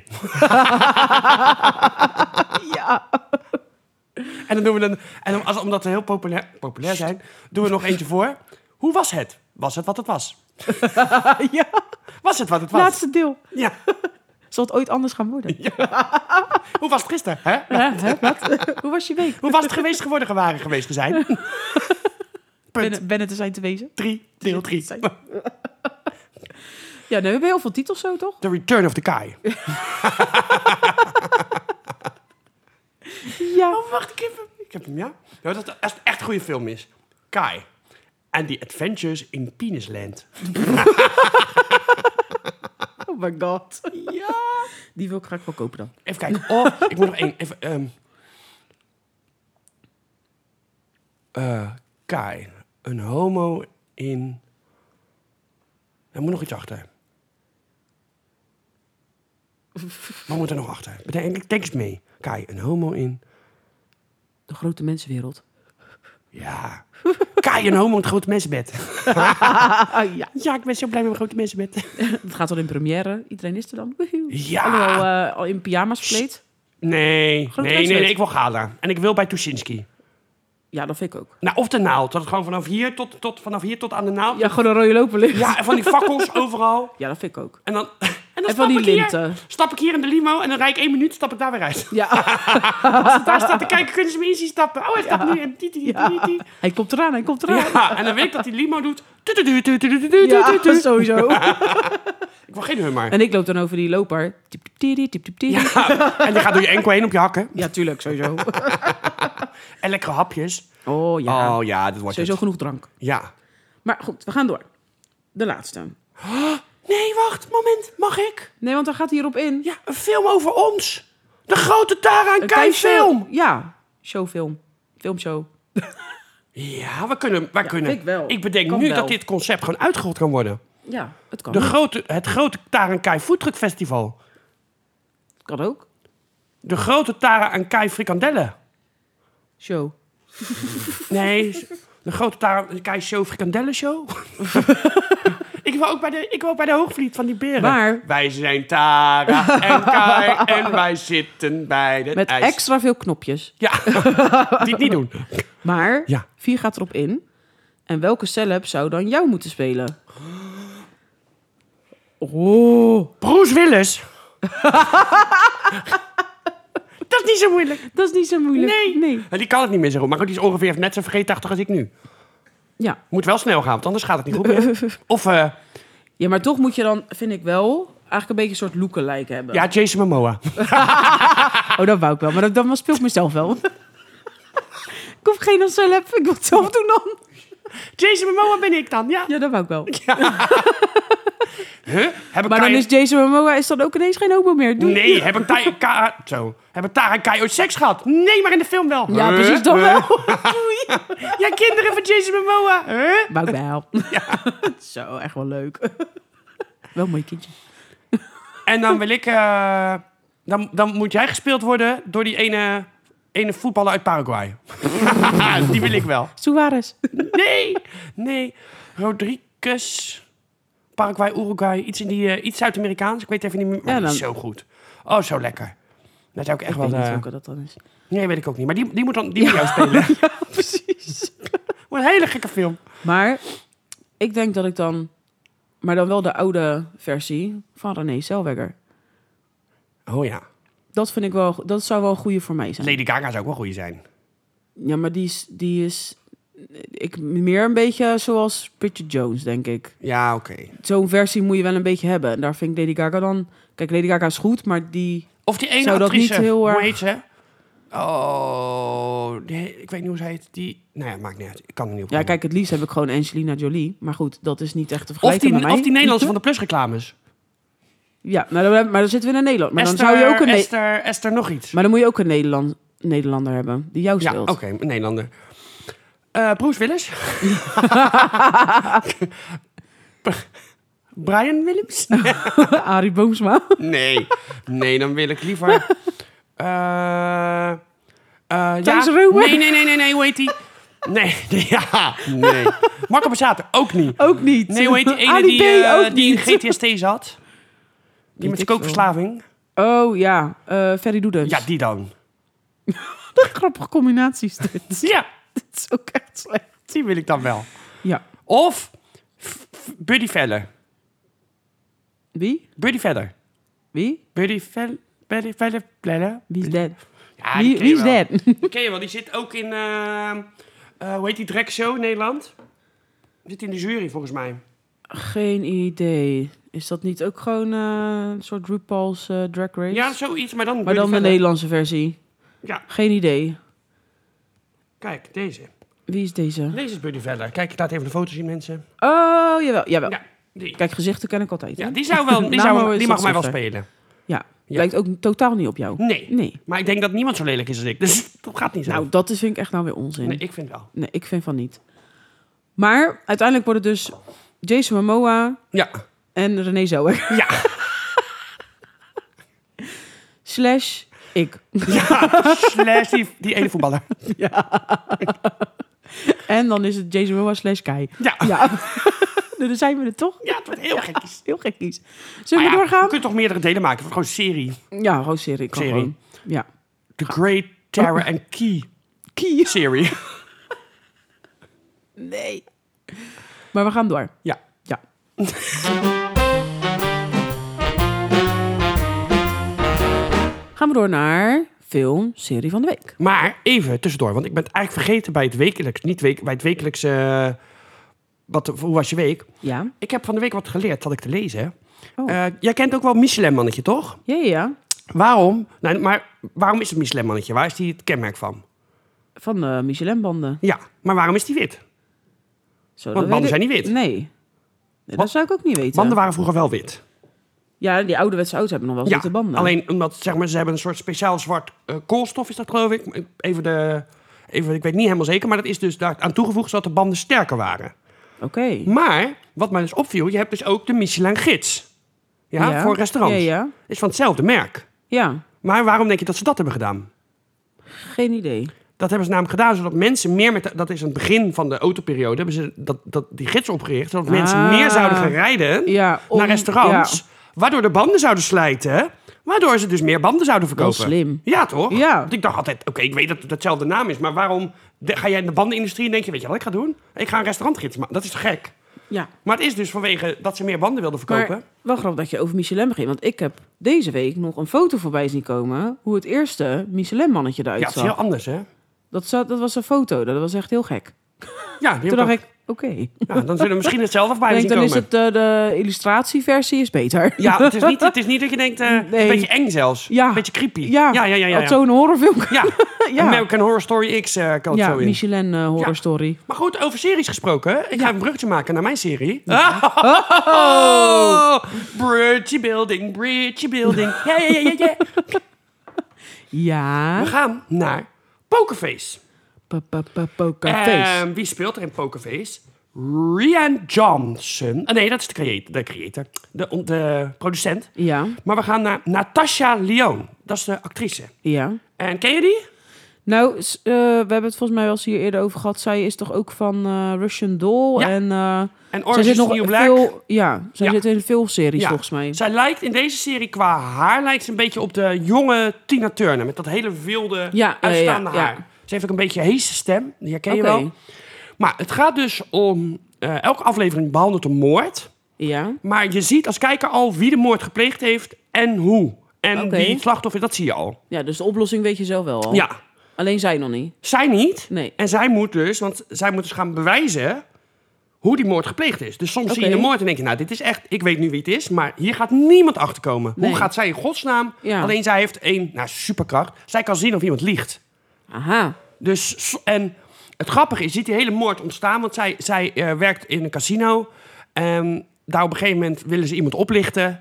Speaker 2: Ja.
Speaker 1: En dan doen we omdat we heel populair zijn, doen we nog eentje voor. Hoe was het? Was het wat het was?
Speaker 2: Ja,
Speaker 1: Was het wat het was?
Speaker 2: laatste deel.
Speaker 1: Ja.
Speaker 2: Zal het ooit anders gaan worden?
Speaker 1: Hoe was het gisteren? Hè?
Speaker 2: Hè? Wat? Hoe was je week?
Speaker 1: Hoe was het geweest geweest te zijn? Punt.
Speaker 2: Ben het te zijn te wezen?
Speaker 1: 3, deel 3.
Speaker 2: Ja, nu hebben we heel veel titels zo, toch?
Speaker 1: The Return of the Kai.
Speaker 2: Ja.
Speaker 1: Oh, wacht, ik heb hem, ja? Ja, dat het echt een goede film is. Kai. And the Adventures in Penisland.
Speaker 2: Oh my god.
Speaker 1: Ja.
Speaker 2: Die wil ik graag wel kopen dan.
Speaker 1: Even kijken. Oh, ik moet nog één. Even, Kai. Een homo in... Er moet nog iets achter. Wat moet er nog achter? Denk eens mee. Kai, een homo in...
Speaker 2: De grote mensenwereld.
Speaker 1: Ja. Kai, een homo in het grote mensenbed.
Speaker 2: Ja.
Speaker 1: Ja, ik ben zo blij met mijn grote mensenbed.
Speaker 2: Het gaat al in première. Iedereen is er dan. Woehoe.
Speaker 1: Ja.
Speaker 2: Alhoewel, al in pyjama's verkleed.
Speaker 1: Nee,
Speaker 2: Grote
Speaker 1: nee,
Speaker 2: mensenbed.
Speaker 1: ik wil gala. En ik wil bij Tuschinski.
Speaker 2: Ja, dat vind ik ook.
Speaker 1: Nou, of de naald. Dat het gewoon vanaf hier tot aan de naald.
Speaker 2: Ja, gewoon een rode loper ligt.
Speaker 1: Ja, en van die fakkels overal.
Speaker 2: Ja, dat vind ik ook.
Speaker 1: En dan
Speaker 2: En
Speaker 1: stap
Speaker 2: van die
Speaker 1: ik hier.
Speaker 2: linten.
Speaker 1: Stap ik hier in de limo en dan rijd ik 1 minuut, stap ik daar weer uit.
Speaker 2: Ja.
Speaker 1: Als het daar staat te kijken, kunnen ze me in zien stappen. Oh, hij stapt nu in.
Speaker 2: Ja. Hij komt eraan.
Speaker 1: Ja, en dan weet ik dat die limo doet.
Speaker 2: Ja, sowieso.
Speaker 1: Ik wil geen hummer.
Speaker 2: En ik loop dan over die loper. Tip, tip, tip, tip, tip.
Speaker 1: Ja, en die gaat door je enkel heen op je hakken.
Speaker 2: Ja, tuurlijk, sowieso.
Speaker 1: En lekkere hapjes.
Speaker 2: Oh ja.
Speaker 1: Oh ja, dat wordt
Speaker 2: Sowieso
Speaker 1: het.
Speaker 2: genoeg drank.
Speaker 1: Ja.
Speaker 2: Maar goed, we gaan door. De laatste.
Speaker 1: Nee, wacht, moment. Mag ik?
Speaker 2: Nee, want dan gaat hij hierop in.
Speaker 1: Ja, een film over ons. De grote Tara en Kai film.
Speaker 2: Ja, showfilm. Filmshow.
Speaker 1: Ja, we kunnen.
Speaker 2: ik wel.
Speaker 1: Ik bedenk
Speaker 2: Kan
Speaker 1: nu
Speaker 2: wel.
Speaker 1: dat dit concept gewoon uitgerold kan worden.
Speaker 2: Ja, het kan.
Speaker 1: Het grote Tara en Kai Foodtruck Festival.
Speaker 2: Het kan ook.
Speaker 1: De grote Tara en Kai frikandellen.
Speaker 2: Show.
Speaker 1: Nee, de grote Tara en Kai show frikandellen show. Ik wil ook bij de Hoogvliet van die beren.
Speaker 2: Maar-
Speaker 1: Wij zijn Tara en Kai en wij zitten bij het
Speaker 2: Met
Speaker 1: ijs.
Speaker 2: extra veel knopjes.
Speaker 1: Ja, die het niet doen.
Speaker 2: Maar
Speaker 1: Ja.
Speaker 2: 4 gaat erop in. En welke celeb zou dan jou moeten spelen? Oh,
Speaker 1: Bruce Willis. Dat is niet zo moeilijk.
Speaker 2: dat is niet zo moeilijk. Nee.
Speaker 1: En die kan het niet meer zo goed. Maar die is ongeveer net zo vergeetachtig als ik nu.
Speaker 2: Ja.
Speaker 1: Moet wel snel gaan, want anders gaat het niet goed meer. Of,
Speaker 2: Ja, maar toch moet je dan, vind ik wel, eigenlijk een beetje een soort lookalike hebben.
Speaker 1: ja, Jason Momoa.
Speaker 2: Oh, dat wou ik wel. Maar dan speel ik mezelf wel. Ik hoef geen celeb. Ik wil het zelf doen dan.
Speaker 1: Jason Momoa ben ik dan, ja.
Speaker 2: Ja, dat wou ik wel.
Speaker 1: Huh?
Speaker 2: Maar dan is Jason Momoa is dan ook ineens geen homo meer. Doei.
Speaker 1: Nee, hebben Tara en Kai ooit seks gehad? Nee, maar in de film wel.
Speaker 2: Ja,
Speaker 1: Huh?
Speaker 2: precies, dan wel.
Speaker 1: Doei. Ja, kinderen van Jason Momoa. Huh?
Speaker 2: Wou ik wel. Zo, echt wel leuk. Wel een mooi kindje.
Speaker 1: En dan wil ik... dan moet jij gespeeld worden door die ene voetballer uit Paraguay. Die wil ik wel.
Speaker 2: Suarez.
Speaker 1: Nee. Rodriguez... Paraguay, Uruguay, iets Zuid-Amerikaans. Ik weet even niet meer, maar
Speaker 2: Ja,
Speaker 1: die is
Speaker 2: dan-
Speaker 1: zo goed. Oh, zo lekker. Dat zou ik echt
Speaker 2: Ik
Speaker 1: wel...
Speaker 2: weet niet welke dat dan is.
Speaker 1: Nee, weet ik ook niet. Maar die moet jou spelen.
Speaker 2: Ja, precies.
Speaker 1: Wat een hele gekke film.
Speaker 2: Maar ik denk dat ik dan... Maar dan wel de oude versie van René Zellweger.
Speaker 1: Oh ja.
Speaker 2: Dat vind ik wel... Dat zou wel een goede voor mij zijn.
Speaker 1: Lady Gaga zou ook wel goeie zijn.
Speaker 2: Ja, maar die is ik meer een beetje zoals Bridget Jones, denk ik.
Speaker 1: Ja, oké.
Speaker 2: Zo'n versie moet je wel een beetje hebben. En daar vind ik Lady Gaga dan... Kijk, Lady Gaga is goed, maar die...
Speaker 1: Of die ene
Speaker 2: Zou dat
Speaker 1: actrice.
Speaker 2: niet heel
Speaker 1: Hoe
Speaker 2: erg-
Speaker 1: heet ze? Oh, ik weet niet hoe ze heet. Die... Nou ja, maakt niet uit. Ik kan er niet op
Speaker 2: Ja,
Speaker 1: komen.
Speaker 2: kijk, het liefst heb ik gewoon Angelina Jolie. Maar goed, dat is niet echt te vergelijken met mij.
Speaker 1: Of die Nederlandse van de Plusreclames.
Speaker 2: Ja, maar dan zitten we in Nederland. Maar dan zou je ook een...
Speaker 1: Esther nog iets.
Speaker 2: Maar dan moet je ook een Nederlander hebben die jou
Speaker 1: Ja,
Speaker 2: speelt.
Speaker 1: oké, een Nederlander. Bruce Willis. Brian Williams?
Speaker 2: Arie Boomsma.
Speaker 1: Nee, dan wil ik liever...
Speaker 2: Thijs Reumer?
Speaker 1: Nee, hoe heet die? Nee. Marco Borsato, ook niet.
Speaker 2: Ook niet.
Speaker 1: Nee, hoe heet die ene
Speaker 2: Ali B, ook
Speaker 1: die in
Speaker 2: niet.
Speaker 1: GTST zat? Die met zijn kookverslaving?
Speaker 2: Oh ja, Ferry Doedens.
Speaker 1: Ja, die dan.
Speaker 2: De grappige combinatie is dit.
Speaker 1: Ja,
Speaker 2: Dit is ook echt slecht.
Speaker 1: die wil ik dan wel.
Speaker 2: Ja.
Speaker 1: Of Buddy Veller.
Speaker 2: Wie?
Speaker 1: Buddy Veller.
Speaker 2: Wie?
Speaker 1: Buddy Veller.
Speaker 2: Wie is dat?
Speaker 1: Ja, die ken
Speaker 2: Wie
Speaker 1: je
Speaker 2: is
Speaker 1: wel.
Speaker 2: dat?
Speaker 1: Die ken je wel. Die zit ook in... hoe heet die Drag Show in Nederland? Die zit in de jury, volgens mij.
Speaker 2: Geen idee. Is dat niet ook gewoon een soort RuPaul's Drag Race?
Speaker 1: Ja, zoiets, maar dan
Speaker 2: maar
Speaker 1: Buddy
Speaker 2: dan de
Speaker 1: Veller.
Speaker 2: Nederlandse versie.
Speaker 1: Ja,
Speaker 2: Geen idee.
Speaker 1: kijk, deze.
Speaker 2: Wie is deze?
Speaker 1: Deze is Buddy Veller. Kijk, ik laat even de foto zien, mensen.
Speaker 2: Oh, jawel.
Speaker 1: Ja, die.
Speaker 2: Kijk, gezichten ken ik altijd.
Speaker 1: Ja,
Speaker 2: hè?
Speaker 1: die zou wel, die
Speaker 2: Namen is
Speaker 1: mag
Speaker 2: dat
Speaker 1: mij wel
Speaker 2: zachter.
Speaker 1: spelen.
Speaker 2: Ja,
Speaker 1: Ja.
Speaker 2: lijkt ook totaal niet op jou.
Speaker 1: Nee. Maar ik denk dat niemand zo lelijk is als ik. Dus dat gaat niet zo.
Speaker 2: Nou, dat vind ik echt nou weer onzin.
Speaker 1: Nee, ik vind wel.
Speaker 2: Nee, ik vind van niet. Maar uiteindelijk wordt het dus Jason Momoa
Speaker 1: Ja.
Speaker 2: en René Zellweger.
Speaker 1: Ja.
Speaker 2: / ik.
Speaker 1: Slash die ene voetballer.
Speaker 2: En dan is het Jason Momoa / Kai.
Speaker 1: Ja.
Speaker 2: Ja. Dan zijn we er toch?
Speaker 1: Ja, het wordt heel gekkies.
Speaker 2: Heel gekkies. Zullen
Speaker 1: Maar
Speaker 2: we
Speaker 1: ja,
Speaker 2: doorgaan?
Speaker 1: je kunt toch meerdere delen maken? Gewoon serie.
Speaker 2: Ja, gewoon serie. Kan
Speaker 1: Serie.
Speaker 2: gewoon. Ja.
Speaker 1: The Great Tara and Key
Speaker 2: Kie.
Speaker 1: serie.
Speaker 2: Nee. Maar we gaan door.
Speaker 1: Ja.
Speaker 2: Ja. Gaan we door naar film, serie van de week.
Speaker 1: Maar even tussendoor, want ik ben het eigenlijk vergeten bij het wekelijkse... hoe was je week?
Speaker 2: Ja.
Speaker 1: Ik heb van de week wat geleerd, had ik te lezen.
Speaker 2: Oh.
Speaker 1: Jij kent ook wel Michelin-mannetje, toch?
Speaker 2: Ja.
Speaker 1: Waarom? Nou, maar waarom is het Michelin-mannetje? Waar is die het kenmerk van?
Speaker 2: Van de Michelin-banden.
Speaker 1: Ja, maar waarom is die wit?
Speaker 2: Zo,
Speaker 1: Want
Speaker 2: dat
Speaker 1: banden
Speaker 2: weet
Speaker 1: zijn
Speaker 2: ik-
Speaker 1: niet wit.
Speaker 2: Nee. Dat zou ik ook niet weten.
Speaker 1: Banden waren vroeger wel wit.
Speaker 2: Ja, die ouderwetse auto's hebben nog wel witte banden.
Speaker 1: alleen omdat zeg maar, ze hebben een soort speciaal zwart koolstof, is dat geloof ik. Ik weet niet helemaal zeker, maar dat is dus daar aan toegevoegd zodat de banden sterker waren.
Speaker 2: Oké.
Speaker 1: Maar, wat mij dus opviel, je hebt dus ook de Michelin-gids. Ja, voor restaurants.
Speaker 2: Ja.
Speaker 1: Is van hetzelfde merk.
Speaker 2: Ja,
Speaker 1: Maar waarom denk je dat ze dat hebben gedaan?
Speaker 2: geen idee.
Speaker 1: Dat hebben ze namelijk gedaan zodat mensen meer met... Dat is aan het begin van de autoperiode. Hebben ze die gids opgericht. Zodat mensen meer zouden gaan rijden
Speaker 2: Ja,
Speaker 1: naar restaurants.
Speaker 2: Ja,
Speaker 1: Waardoor de banden zouden slijten. Waardoor ze dus meer banden zouden
Speaker 2: wel
Speaker 1: verkopen.
Speaker 2: slim.
Speaker 1: Ja, toch?
Speaker 2: Ja.
Speaker 1: Want ik dacht altijd, oké, ik weet dat het hetzelfde naam is. Maar waarom ga jij in de bandenindustrie en denk je... Weet je wat ik ga doen? Ik ga een restaurantgids maken. Dat is toch gek?
Speaker 2: Ja.
Speaker 1: Maar het is dus vanwege dat ze meer banden wilden verkopen.
Speaker 2: Maar wel grappig dat je over Michelin begint. Want ik heb deze week nog een foto voorbij zien komen... hoe het eerste Michelin-mannetje eruit
Speaker 1: Ja, het is
Speaker 2: zag.
Speaker 1: heel anders, hè?
Speaker 2: Dat was een foto. Dat was echt heel gek.
Speaker 1: Ja, die
Speaker 2: Toen
Speaker 1: heb
Speaker 2: dacht
Speaker 1: ook-
Speaker 2: ik, oké.
Speaker 1: Ja, dan zullen we misschien hetzelfde bij
Speaker 2: Ik
Speaker 1: zien
Speaker 2: denk, dan
Speaker 1: komen.
Speaker 2: is het de illustratieversie is beter.
Speaker 1: Ja, het is niet dat je denkt... Een beetje eng zelfs.
Speaker 2: Ja.
Speaker 1: Een beetje creepy.
Speaker 2: Ja,
Speaker 1: ja.
Speaker 2: Ook zo'n horrorfilm.
Speaker 1: Ja,
Speaker 2: Ja.
Speaker 1: American Horror Story X kan het
Speaker 2: Ja,
Speaker 1: zo in.
Speaker 2: Michelin horror
Speaker 1: Ja.
Speaker 2: story.
Speaker 1: Maar goed, over series gesproken. Ik ga een bruggetje maken naar mijn serie. Bridge building. Ja.
Speaker 2: Ja.
Speaker 1: We gaan naar Pokerface.
Speaker 2: Pokerface.
Speaker 1: Wie speelt er in Pokerface? Rian Johnson. Nee, dat is de creator. De producent.
Speaker 2: Ja,
Speaker 1: Maar we gaan naar Natasha Lyonne. Dat is de actrice.
Speaker 2: ja.
Speaker 1: En ken je die?
Speaker 2: Nou, we hebben het volgens mij wel eens hier eerder over gehad. Zij is toch ook van Russian Doll?
Speaker 1: Ja.
Speaker 2: En
Speaker 1: En
Speaker 2: zij
Speaker 1: Orange
Speaker 2: zit
Speaker 1: is
Speaker 2: nog
Speaker 1: the New
Speaker 2: in
Speaker 1: Black.
Speaker 2: veel... Ja, zij
Speaker 1: Ja.
Speaker 2: zit in veel series
Speaker 1: Ja.
Speaker 2: volgens mij.
Speaker 1: Zij lijkt in deze serie qua haar lijkt ze een beetje op de jonge Tina Turner. Met dat hele wilde,
Speaker 2: Ja,
Speaker 1: uitstaande
Speaker 2: ja.
Speaker 1: haar. Ze heeft ook een beetje een heese stem. Die herken je
Speaker 2: Oké.
Speaker 1: wel. Maar het gaat dus om... elke aflevering behandelt een moord.
Speaker 2: Ja,
Speaker 1: Maar je ziet als kijker al wie de moord gepleegd heeft en hoe. En
Speaker 2: Oké.
Speaker 1: wie het slachtoffer, dat zie je al.
Speaker 2: ja, dus de oplossing weet je zelf wel al.
Speaker 1: Ja,
Speaker 2: Alleen zij nog niet.
Speaker 1: zij niet.
Speaker 2: Nee.
Speaker 1: En zij moet dus, want zij moet dus gaan bewijzen hoe die moord gepleegd is. Dus soms zie je
Speaker 2: Oké.
Speaker 1: een moord en denk je, nou, dit is echt, ik weet nu wie het is, maar hier gaat niemand achter komen.
Speaker 2: Nee.
Speaker 1: Hoe gaat zij in godsnaam?
Speaker 2: Ja.
Speaker 1: Alleen zij heeft superkracht. Zij kan zien of iemand liegt.
Speaker 2: Aha.
Speaker 1: Dus, en het grappige is, je ziet die hele moord ontstaan, want zij werkt in een casino. En daar op een gegeven moment willen ze iemand oplichten.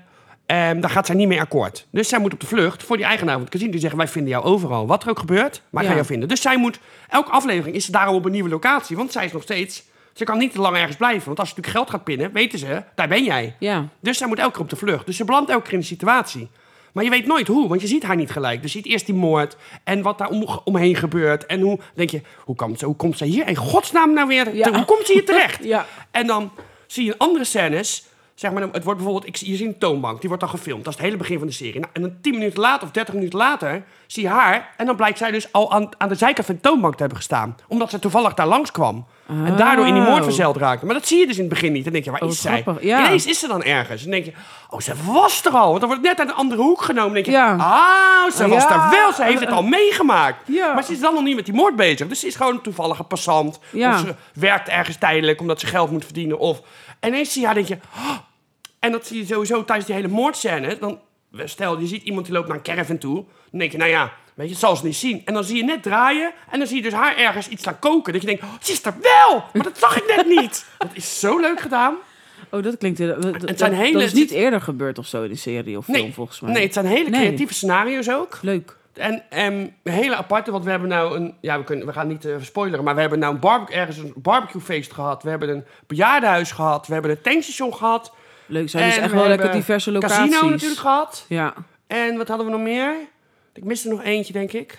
Speaker 1: Daar gaat zij niet mee akkoord. Dus zij moet op de vlucht voor die eigenaar van het casino. Die zeggen, wij vinden jou overal. Wat er ook gebeurt, wij gaan jou vinden. Dus zij moet, elke aflevering is ze daarom op een nieuwe locatie. Want zij is nog steeds, ze kan niet te lang ergens blijven. Want als ze natuurlijk geld gaat pinnen, weten ze, daar ben jij.
Speaker 2: Ja.
Speaker 1: Dus zij moet elke keer op de vlucht. Dus ze belandt elke keer in de situatie. Maar je weet nooit hoe, want je ziet haar niet gelijk. Dus je ziet eerst die moord en wat daar omheen gebeurt. En hoe denk je, hoe komt ze hier in godsnaam nou weer? Hoe komt ze hier terecht?
Speaker 2: Ja.
Speaker 1: En dan zie je in andere scènes, zeg maar, het wordt bijvoorbeeld, je ziet een toonbank, die wordt dan gefilmd. Dat is het hele begin van de serie. Nou, en dan 10 minuten later of 30 minuten later zie je haar. En dan blijkt zij dus al aan de zijkant van de toonbank te hebben gestaan. Omdat ze toevallig daar langskwam. Oh. En daardoor in die moord verzeild raakte. Maar dat zie je dus in het begin niet. Dan denk je, waar is zij? Ja. Ineens is ze dan ergens. En dan denk je, ze was er al. Want dan wordt het net uit een andere hoek genomen. Dan denk je, ze was daar wel. Ze heeft het al meegemaakt. Ja. Maar ze is dan nog niet met die moord bezig. Dus ze is gewoon een toevallige passant. Ja. Of ze werkt ergens tijdelijk omdat ze geld moet verdienen. En ineens zie je haar, denk je... En dat zie je sowieso tijdens die hele moordscène. Dan, stel, je ziet iemand die loopt naar een caravan toe. Dan denk je, nou ja, weet je, het zal ze niet zien. En dan zie je net draaien. En dan zie je dus haar ergens iets staan koken. Dat je denkt, ze is er wel! Maar dat zag ik net niet. Dat is zo leuk gedaan.
Speaker 2: Oh, dat klinkt... Dat is niet eerder gebeurd of zo in de serie of film, volgens mij.
Speaker 1: Nee, het zijn hele creatieve scenario's ook.
Speaker 2: Leuk.
Speaker 1: En hele aparte, want we hebben nou een... Ja, we gaan niet spoileren, maar we hebben nou ergens een barbecuefeest gehad. We hebben een bejaardenhuis gehad. We hebben een tankstation gehad.
Speaker 2: Leuk, zijn dus echt wel lekker diverse locaties.
Speaker 1: Casino natuurlijk gehad.
Speaker 2: Ja.
Speaker 1: En wat hadden we nog meer? Ik miste nog eentje, denk ik.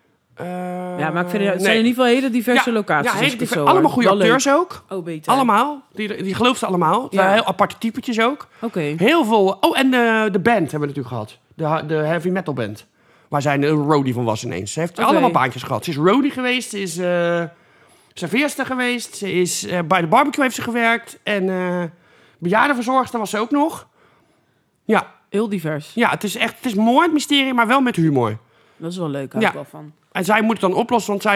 Speaker 2: Ja, maar ik vind het zijn in ieder geval hele diverse locaties.
Speaker 1: Ja, allemaal goede acteurs ook.
Speaker 2: Oh, beter.
Speaker 1: Allemaal. Die geloof ze allemaal. Het waren heel aparte typetjes ook.
Speaker 2: Oké.
Speaker 1: Heel veel... Oh, en de band hebben we natuurlijk gehad. De heavy metal band. Waar zij een roadie van was ineens. Ze heeft allemaal baantjes gehad. Ze is roadie geweest. Ze is serveerster geweest. Ze is bij de barbecue heeft ze gewerkt. En bejaardenverzorgster was ze ook nog. Ja.
Speaker 2: Heel divers.
Speaker 1: Ja, het is moord, mysterie, maar wel met humor.
Speaker 2: Dat is wel leuk, hou ik wel van.
Speaker 1: En zij moet het dan oplossen, want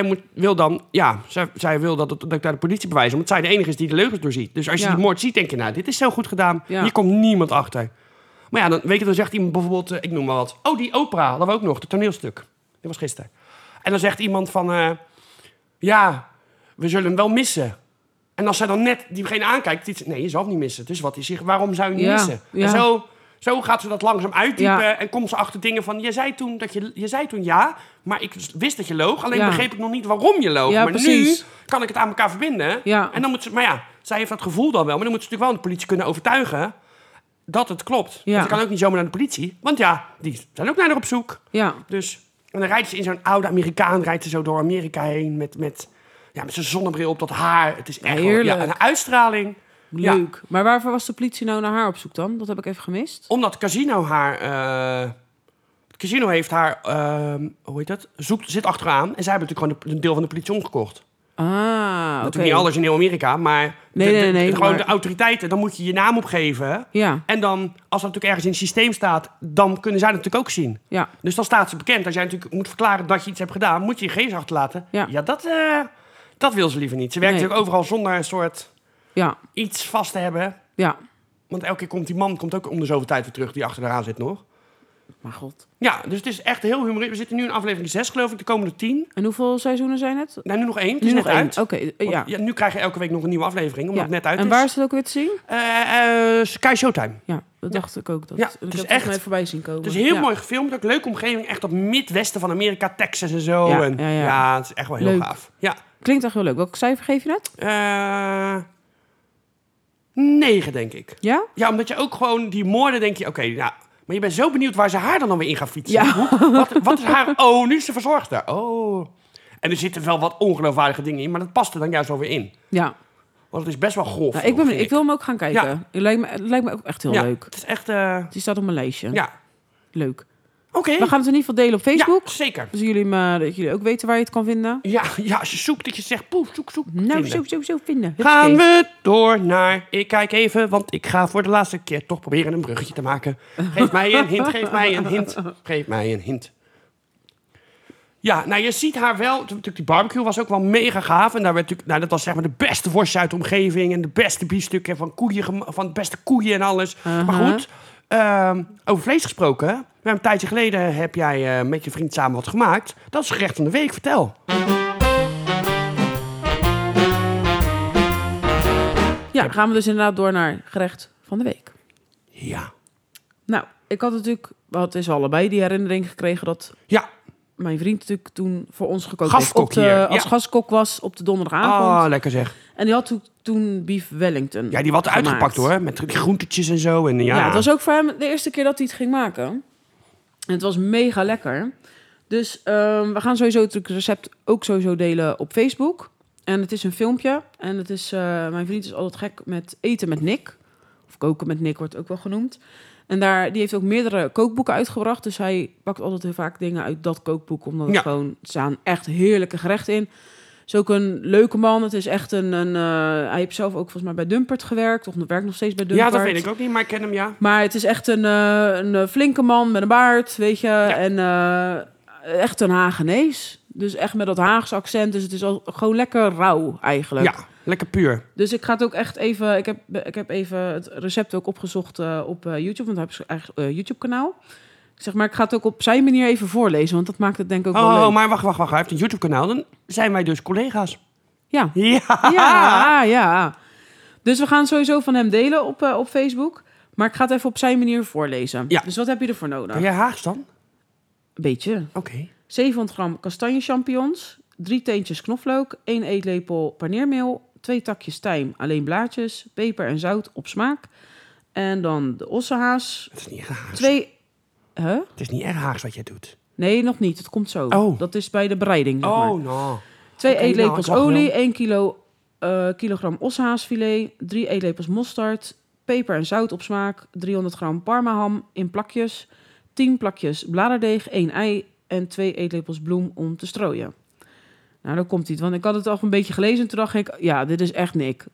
Speaker 1: zij wil dat ik naar de politie bewijs. Omdat zij de enige is die de leugens doorziet. Dus als je die moord ziet, denk je, nou, dit is zo goed gedaan. Ja. Hier komt niemand achter. Maar ja, dan zegt iemand bijvoorbeeld, ik noem maar wat. Oh, die opera, dat hadden we ook nog, het toneelstuk. Dat was gisteren. En dan zegt iemand van, we zullen hem wel missen. En als zij dan net diegene aankijkt, nee, je zal hem niet missen. Dus wat is hier, waarom zou je niet missen? Ja. En zo gaat ze dat langzaam uitdiepen en komt ze achter dingen van... Je zei toen ja, maar ik wist dat je loog. Alleen begreep ik nog niet waarom je loog.
Speaker 2: Ja,
Speaker 1: maar
Speaker 2: precies.
Speaker 1: nu kan ik het aan elkaar verbinden.
Speaker 2: Ja.
Speaker 1: En dan moet ze... Maar ja, zij heeft dat gevoel dan wel. Maar dan moet ze natuurlijk wel de politie kunnen overtuigen dat het klopt. Ja. Ze kan ook niet zomaar naar de politie. Want die zijn ook naar haar op zoek.
Speaker 2: Ja.
Speaker 1: Dus, en dan rijdt ze in zo'n oude Amerikaan... rijdt ze zo door Amerika heen met zijn zonnebril op dat haar. Het is echt
Speaker 2: heerlijk.
Speaker 1: Een uitstraling...
Speaker 2: Leuk. Ja. Maar waarvoor was de politie nou naar haar op zoek dan? Dat heb ik even gemist.
Speaker 1: Omdat het casino het casino heeft haar... hoe heet dat? Zit achteraan. En zij hebben natuurlijk gewoon een deel van de politie omgekocht. Natuurlijk niet alles in heel Amerika, maar... Gewoon de autoriteiten. Dan moet je je naam opgeven. Ja. En dan, als dat natuurlijk ergens in het systeem staat... dan kunnen zij dat natuurlijk ook zien. Ja. Dus dan staat ze bekend. Als jij natuurlijk moet verklaren dat je iets hebt gedaan... moet je je gegevens achterlaten. Ja, dat wil ze liever niet. Ze werkt natuurlijk overal zonder een soort... iets vast te hebben. Ja. Want elke keer komt die man ook om de zoveel tijd weer terug... die achter haar aan zit nog.
Speaker 2: Maar god.
Speaker 1: Ja, dus het is echt heel humoristisch. We zitten nu in aflevering 6, geloof ik, de komende 10.
Speaker 2: En hoeveel seizoenen zijn het?
Speaker 1: Nee, nu nog 1. Het is net uit.
Speaker 2: Oké,
Speaker 1: ja. Nu krijg je elke week nog een nieuwe aflevering, omdat het net uit is.
Speaker 2: En waar is het ook weer te zien?
Speaker 1: Sky Showtime.
Speaker 2: Ja, dat dacht ik ook.
Speaker 1: Het
Speaker 2: is echt mij voorbij zien komen.
Speaker 1: Het is heel mooi gefilmd. Ook een leuke omgeving. Echt op midwesten van Amerika, Texas en zo. Ja, het is echt wel heel gaaf. Ja.
Speaker 2: Klinkt echt heel leuk. Welk cijfer geef je dat?
Speaker 1: 9, denk ik.
Speaker 2: Ja?
Speaker 1: Ja, omdat je ook gewoon die moorden denk je... Oké, maar je bent zo benieuwd waar ze haar dan weer in gaan fietsen.
Speaker 2: Ja.
Speaker 1: Wat is haar... Oh, nu is ze verzorgster. Oh. En er zitten wel wat ongeloofwaardige dingen in, maar dat past er dan juist wel weer in. Ja. Want het is best wel grof.
Speaker 2: Nou, ik wil hem ook gaan kijken. Ja. Het lijkt me ook echt heel leuk.
Speaker 1: Het is echt...
Speaker 2: Die staat op mijn lijstje.
Speaker 1: Ja.
Speaker 2: Leuk.
Speaker 1: Oké.
Speaker 2: We gaan het in ieder geval delen op Facebook.
Speaker 1: Ja, zeker.
Speaker 2: Dus dat jullie ook weten waar je het kan vinden.
Speaker 1: Ja, als je zoekt, dat je zegt, zoek.
Speaker 2: Nou, zo vinden.
Speaker 1: Gaan we door naar... Ik kijk even, want ik ga voor de laatste keer toch proberen een bruggetje te maken. Geef mij een hint. Ja, nou, je ziet haar wel... Natuurlijk, die barbecue was ook wel mega gaaf. En daar werd natuurlijk... dat was zeg maar de beste worstje uit de omgeving. En de beste biefstukken van de beste koeien en alles. Maar goed... over vlees gesproken. Een tijdje geleden heb jij met je vriend samen wat gemaakt. Dat is gerecht van de week. Vertel.
Speaker 2: Ja, dan gaan we dus inderdaad door naar gerecht van de week.
Speaker 1: Ja.
Speaker 2: Nou, ik had natuurlijk... Het is allebei die herinnering gekregen dat...
Speaker 1: Ja.
Speaker 2: Mijn vriend natuurlijk toen voor ons gekookt
Speaker 1: Gastkok
Speaker 2: heeft.
Speaker 1: hier,
Speaker 2: Als gastkok was op de donderdagavond.
Speaker 1: Ah, lekker zeg.
Speaker 2: En die had toen beef Wellington
Speaker 1: Ja, die had
Speaker 2: gemaakt.
Speaker 1: uitgepakt hoor. Met die groentetjes en zo. En,
Speaker 2: Ja, het was ook voor hem de eerste keer dat hij het ging maken. En het was mega lekker. Dus we gaan sowieso het recept ook sowieso delen op Facebook. En het is een filmpje. En het is, mijn vriend is altijd gek met eten met Nick. Of koken met Nick wordt ook wel genoemd. En die heeft ook meerdere kookboeken uitgebracht. Dus hij pakt altijd heel vaak dingen uit dat kookboek. Omdat het gewoon, er staan echt heerlijke gerechten in. Het is ook een leuke man. Het is echt hij heeft zelf ook volgens mij bij Dumpert gewerkt. Of werkt nog steeds bij Dumpert.
Speaker 1: Ja, dat weet ik ook niet, maar ik ken hem, ja.
Speaker 2: Maar het is echt een flinke man met een baard, weet je. Ja. En echt een Haagenees. Dus echt met dat Haagse accent. Dus het is gewoon lekker rauw eigenlijk.
Speaker 1: Ja, lekker puur.
Speaker 2: Dus ik ga het ook echt even... Ik heb even het recept ook opgezocht op YouTube. Want hij heeft zijn eigen YouTube-kanaal. Zeg maar, ik ga het ook op zijn manier even voorlezen. Want dat maakt het denk ik ook wel leuk.
Speaker 1: Oh, maar wacht. Hij heeft een YouTube-kanaal. Dan zijn wij dus collega's.
Speaker 2: Ja.
Speaker 1: Ja.
Speaker 2: Ja. Dus we gaan sowieso van hem delen op Facebook. Maar ik ga het even op zijn manier voorlezen.
Speaker 1: Ja.
Speaker 2: Dus wat heb je ervoor nodig?
Speaker 1: Ben jij Haags dan?
Speaker 2: Een beetje.
Speaker 1: Oké.
Speaker 2: 700 gram kastanje champignons, 3 teentjes knoflook, 1 eetlepel paneermeel, 2 takjes tijm, alleen blaadjes, peper en zout op smaak. En dan de ossehaas.
Speaker 1: Het is niet erg Haags.
Speaker 2: 2... Huh?
Speaker 1: Het is niet erg Haags wat jij doet.
Speaker 2: Nee, nog niet. Het komt zo.
Speaker 1: Oh.
Speaker 2: Dat is bij de bereiding, zeg maar.
Speaker 1: Oh, nou.
Speaker 2: 2
Speaker 1: Oké,
Speaker 2: eetlepels
Speaker 1: nou,
Speaker 2: olie,
Speaker 1: wel.
Speaker 2: 1 kilogram ossehaasfilet, 3 eetlepels mosterd, peper en zout op smaak, 300 gram parmaham in plakjes, 10 plakjes bladerdeeg, 1 ei en 2 eetlepels bloem om te strooien. Nou, dan komt het. Want ik had het al een beetje gelezen en toen dacht ik, ja, dit is echt Nick.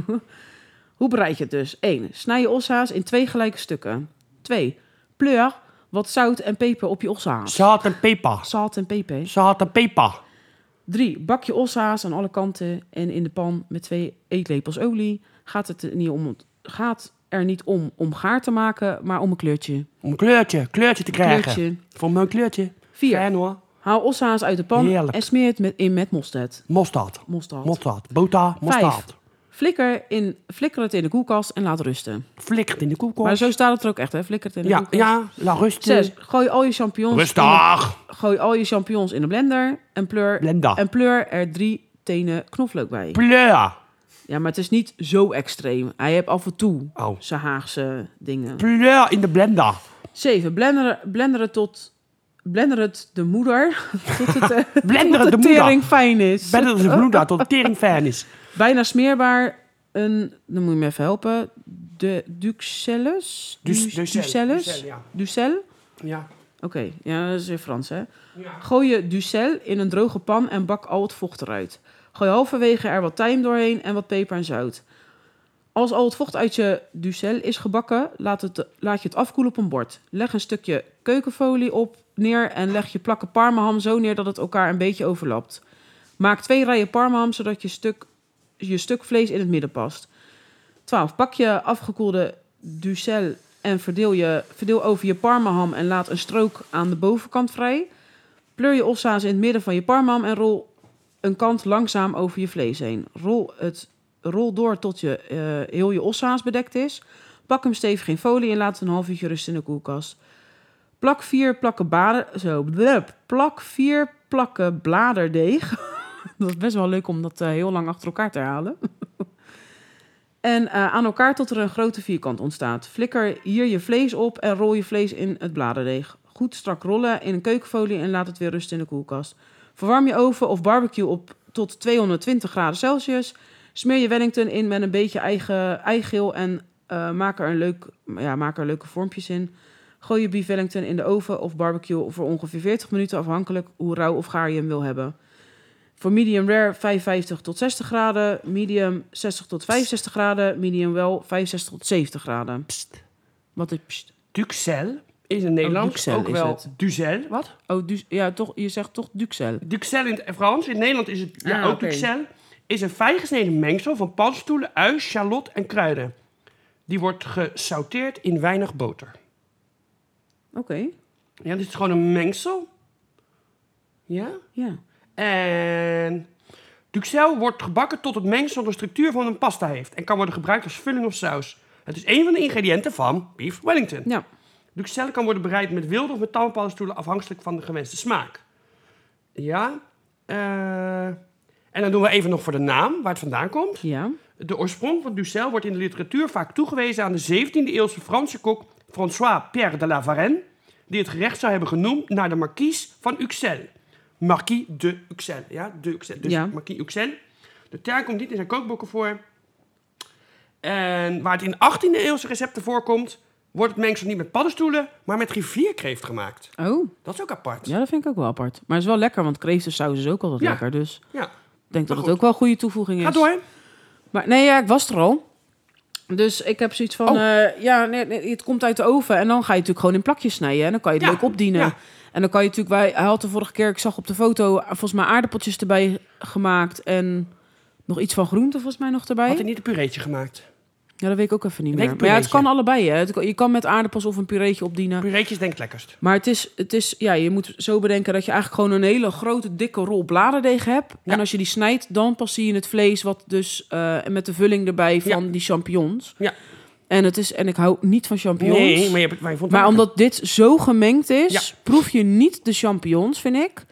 Speaker 2: Hoe bereid je het dus? 1. Snij je ossehaas in 2 gelijke stukken. 2. Pleur wat zout en peper op je ossehaas.
Speaker 1: Zout en peper.
Speaker 2: Zout en peper.
Speaker 1: Zout en peper.
Speaker 2: 3. Bak je ossehaas aan alle kanten en in de pan met 2 eetlepels olie. Gaat er niet om gaar te maken, maar om een kleurtje.
Speaker 1: Om een kleurtje te krijgen.
Speaker 2: Kleurtje.
Speaker 1: Voor een mooi kleurtje.
Speaker 2: 4.
Speaker 1: Fijn hoor.
Speaker 2: Haal ossehaas uit de pan
Speaker 1: Heerlijk.
Speaker 2: en smeer het in met mosterd.
Speaker 1: Mosterd. Boter, mosterd.
Speaker 2: Flikker het in de koelkast en laat rusten.
Speaker 1: Flikkert in de koelkast.
Speaker 2: Maar zo staat het er ook echt, hè? Flikker het in de
Speaker 1: Ja,
Speaker 2: koelkast.
Speaker 1: ja, la rust.
Speaker 2: 6. Gooi al je champignons in de blender en pleur er 3 tenen knoflook bij.
Speaker 1: Pleur.
Speaker 2: Ja, maar het is niet zo extreem. Hij heeft af en toe
Speaker 1: Oh.
Speaker 2: zijn Haagse dingen.
Speaker 1: Pleur in de blender.
Speaker 2: 7. Blender het de moeder tot het
Speaker 1: Blender de
Speaker 2: tering
Speaker 1: moeder.
Speaker 2: fijn is.
Speaker 1: Blender de moeder tot tering fijn is.
Speaker 2: Bijna smeerbaar. Dan moet je me even helpen. De Duxelles? Ducel?
Speaker 1: Ja.
Speaker 2: Oké, ja, dat is weer Frans, hè?
Speaker 1: Ja.
Speaker 2: Gooi je ducel in een droge pan en bak al het vocht eruit. Gooi halverwege er wat tijm doorheen en wat peper en zout. Als al het vocht uit je ducel is gebakken, laat je het afkoelen op een bord. Leg een stukje keukenfolie neer en leg je plakken parmaham zo neer dat het elkaar een beetje overlapt. Maak 2 rijen parmaham zodat je stuk vlees in het midden past. 12. Pak je afgekoelde ducel en verdeel over je parmaham en laat een strook aan de bovenkant vrij. Pleur je ossehaas in het midden van je parmaham en rol een kant langzaam over je vlees heen. Rol door tot heel je ossehaas bedekt is. Pak hem stevig in folie en laat het een half uurtje rusten in de koelkast. Plak 4 plakken bladerdeeg. Dat is best wel leuk om dat heel lang achter elkaar te halen. En aan elkaar tot er een grote vierkant ontstaat. Flikker hier je vlees op en rol je vlees in het bladerdeeg. Goed strak rollen in een keukenfolie en laat het weer rusten in de koelkast. Verwarm je oven of barbecue op tot 220 graden Celsius. Smeer je Wellington in met een beetje eigeel en maak er leuke vormpjes in. Gooi je beef Wellington in de oven of barbecue voor ongeveer 40 minuten, afhankelijk hoe rauw of gaar je hem wil hebben. Voor medium rare 55 tot 60 graden, medium 60 tot 65 graden, medium well 65 tot 70 graden.
Speaker 1: Pst.
Speaker 2: Wat is pst?
Speaker 1: Duxel is in Nederlands
Speaker 2: Duxel
Speaker 1: ook
Speaker 2: is
Speaker 1: wel
Speaker 2: het.
Speaker 1: ducel. Wat?
Speaker 2: Oh, toch, je zegt toch Duxel.
Speaker 1: Duxel in het Frans. In Nederland is het ook
Speaker 2: oké.
Speaker 1: Duxel. Is een fijn gesneden mengsel van paddenstoelen, ui, shallot en kruiden. Die wordt gesauteerd in weinig boter.
Speaker 2: Oké.
Speaker 1: Ja, dit is gewoon een mengsel. Ja?
Speaker 2: Ja.
Speaker 1: En Duxel wordt gebakken tot het mengsel de structuur van een pasta heeft en kan worden gebruikt als vulling of saus. Het is een van de ingrediënten van beef Wellington.
Speaker 2: Ja.
Speaker 1: Duxelles kan worden bereid met wilde of met tamme paddenstoelen, afhankelijk van de gewenste smaak. Ja. En dan doen we even nog voor de naam, waar het vandaan komt.
Speaker 2: Ja.
Speaker 1: De oorsprong van Duxelles wordt in de literatuur vaak toegewezen aan de 17e-eeuwse Franse kok François Pierre de la Varenne, die het gerecht zou hebben genoemd naar de marquise van Uxelles. Marquis de Uxelles, ja, de Uxelles. Dus
Speaker 2: Ja.
Speaker 1: Marquis Uxelles. De term komt niet in zijn kookboeken voor. En waar het in 18e-eeuwse recepten voorkomt, wordt het mengsel niet met paddenstoelen, maar met rivierkreeft gemaakt.
Speaker 2: Oh,
Speaker 1: Dat is ook apart.
Speaker 2: ja, dat vind ik ook wel apart. Maar het is wel lekker, want kreeftensaus is ook altijd
Speaker 1: Ja.
Speaker 2: lekker. Dus
Speaker 1: Ja.
Speaker 2: ik denk dat
Speaker 1: Maar
Speaker 2: het ook wel een goede toevoeging is.
Speaker 1: Ga door.
Speaker 2: Maar nee, ja, ik was er al. Dus ik heb zoiets van, nee, het komt uit de oven. En dan ga je natuurlijk gewoon in plakjes snijden. En dan kan je het
Speaker 1: Ja,
Speaker 2: leuk opdienen.
Speaker 1: ja.
Speaker 2: En dan kan je natuurlijk, hij had de vorige keer, ik zag op de foto, volgens mij aardappeltjes erbij gemaakt. En nog iets van groente volgens mij nog erbij.
Speaker 1: Had hij niet een pureetje gemaakt?
Speaker 2: Ja, dat weet ik ook even niet
Speaker 1: Ik denk
Speaker 2: meer.
Speaker 1: een
Speaker 2: Maar ja, het kan
Speaker 1: pureetje.
Speaker 2: allebei. Hè. Je kan met aardappels of een pureetje opdienen.
Speaker 1: Pureetje is denk ik het lekkerst.
Speaker 2: Maar het is, ja, je moet zo bedenken dat je eigenlijk gewoon een hele grote, dikke rol bladerdeeg hebt.
Speaker 1: Ja.
Speaker 2: En als je die snijdt, dan pas zie je het vlees, wat dus, met de vulling erbij van die champignons.
Speaker 1: Ja.
Speaker 2: En ik hou niet van champignons.
Speaker 1: Nee, maar je vond het
Speaker 2: Maar
Speaker 1: lekker.
Speaker 2: omdat dit zo gemengd is,
Speaker 1: Ja.
Speaker 2: proef je niet de champignons, vind ik.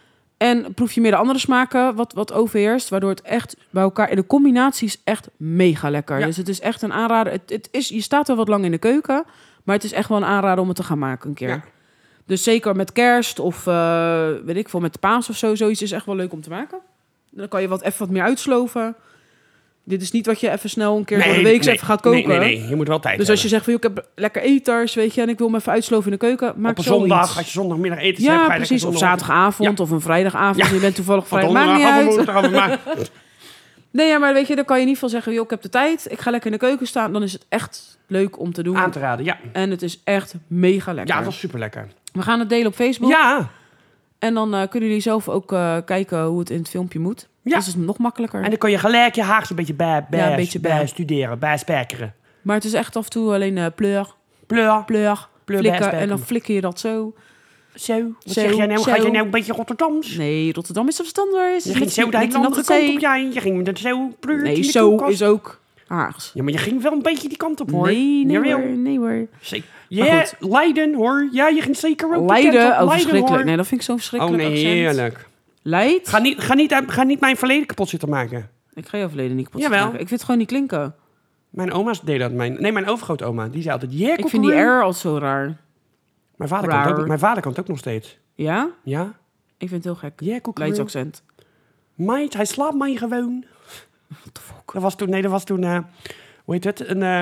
Speaker 2: En proef je meer de andere smaken wat overheerst, waardoor het echt bij elkaar... En de combinatie is echt mega lekker.
Speaker 1: Ja.
Speaker 2: Dus het is echt een aanrader. Je staat wel wat lang in de keuken, maar het is echt wel een aanrader om het te gaan maken een keer.
Speaker 1: Ja.
Speaker 2: Dus zeker met kerst of weet ik veel, met paas of zo, zoiets is echt wel leuk om te maken. Dan kan je even wat meer uitsloven. Dit is niet wat je even snel een keer door de week even gaat koken.
Speaker 1: Nee, je moet wel tijd
Speaker 2: Dus als je
Speaker 1: hebben.
Speaker 2: zegt van, ik heb lekker eters, weet je, en ik wil me even uitsloven in de keuken, maak
Speaker 1: Op een
Speaker 2: zoiets.
Speaker 1: zondag, als je zondagmiddag eten hebt,
Speaker 2: Ja,
Speaker 1: ga je
Speaker 2: precies.
Speaker 1: lekker
Speaker 2: Of zaterdagavond of een vrijdagavond.
Speaker 1: Ja.
Speaker 2: Je bent toevallig
Speaker 1: Of
Speaker 2: vrij. Maakt niet uit.
Speaker 1: woensdag, maar
Speaker 2: Nee, ja, maar weet je, dan kan je niet veel zeggen, joh, ik heb de tijd. Ik ga lekker in de keuken staan. Dan is het echt leuk om te doen.
Speaker 1: aan te raden, ja.
Speaker 2: En het is echt mega lekker.
Speaker 1: Ja, dat was super lekker.
Speaker 2: We gaan het delen op Facebook.
Speaker 1: Ja,
Speaker 2: En dan kunnen jullie zelf ook kijken hoe het in het filmpje moet.
Speaker 1: Ja.
Speaker 2: Dat is nog makkelijker.
Speaker 1: en dan kan je gelijk je Haagse een beetje bij
Speaker 2: een beetje bij.
Speaker 1: studeren, bij spijkeren.
Speaker 2: Maar het is echt af en toe alleen pleur,
Speaker 1: Pleur,
Speaker 2: flikken.
Speaker 1: bijspijkeren.
Speaker 2: En dan flikker je dat zo.
Speaker 1: Zo. Wat
Speaker 2: Zo,
Speaker 1: zeg jij nou?
Speaker 2: zo.
Speaker 1: Ga je nou een beetje Rotterdams?
Speaker 2: Nee, Rotterdam is afstanders.
Speaker 1: Je ging zo de hele andere kant op, jij. Je ging met zo pleurtje in
Speaker 2: Nee,
Speaker 1: de
Speaker 2: zo
Speaker 1: koelkast.
Speaker 2: is ook Haags.
Speaker 1: Ja, maar je ging wel een beetje die kant op, hoor.
Speaker 2: Nee
Speaker 1: Jawel.
Speaker 2: hoor, nee hoor.
Speaker 1: Zeker.
Speaker 2: Maar
Speaker 1: Ja,
Speaker 2: goed.
Speaker 1: Leiden, hoor. Ja, je ging zeker ook die kant
Speaker 2: Leiden,
Speaker 1: op.
Speaker 2: oh verschrikkelijk.
Speaker 1: hoor.
Speaker 2: Nee, dat vind ik zo'n
Speaker 1: Oh
Speaker 2: verschrikkelijk
Speaker 1: nee,
Speaker 2: accent.
Speaker 1: heerlijk.
Speaker 2: Leid?
Speaker 1: Ga niet mijn verleden kapot zitten maken.
Speaker 2: Ik ga jouw verleden niet kapot
Speaker 1: Jawel.
Speaker 2: maken. Ik vind het gewoon niet klinken.
Speaker 1: Mijn oma's deden dat. Mijn overgrootoma, die zei altijd... Yeah,
Speaker 2: Ik vind die
Speaker 1: koekeroe.
Speaker 2: R al zo raar.
Speaker 1: Mijn vader kan het ook nog steeds.
Speaker 2: Ja?
Speaker 1: Ja?
Speaker 2: Ik vind het heel gek.
Speaker 1: Yeah, koekeroe.
Speaker 2: Leids accent.
Speaker 1: Meid, hij slaapt mij gewoon.
Speaker 2: What the fuck?
Speaker 1: Dat was toen... hoe heet het?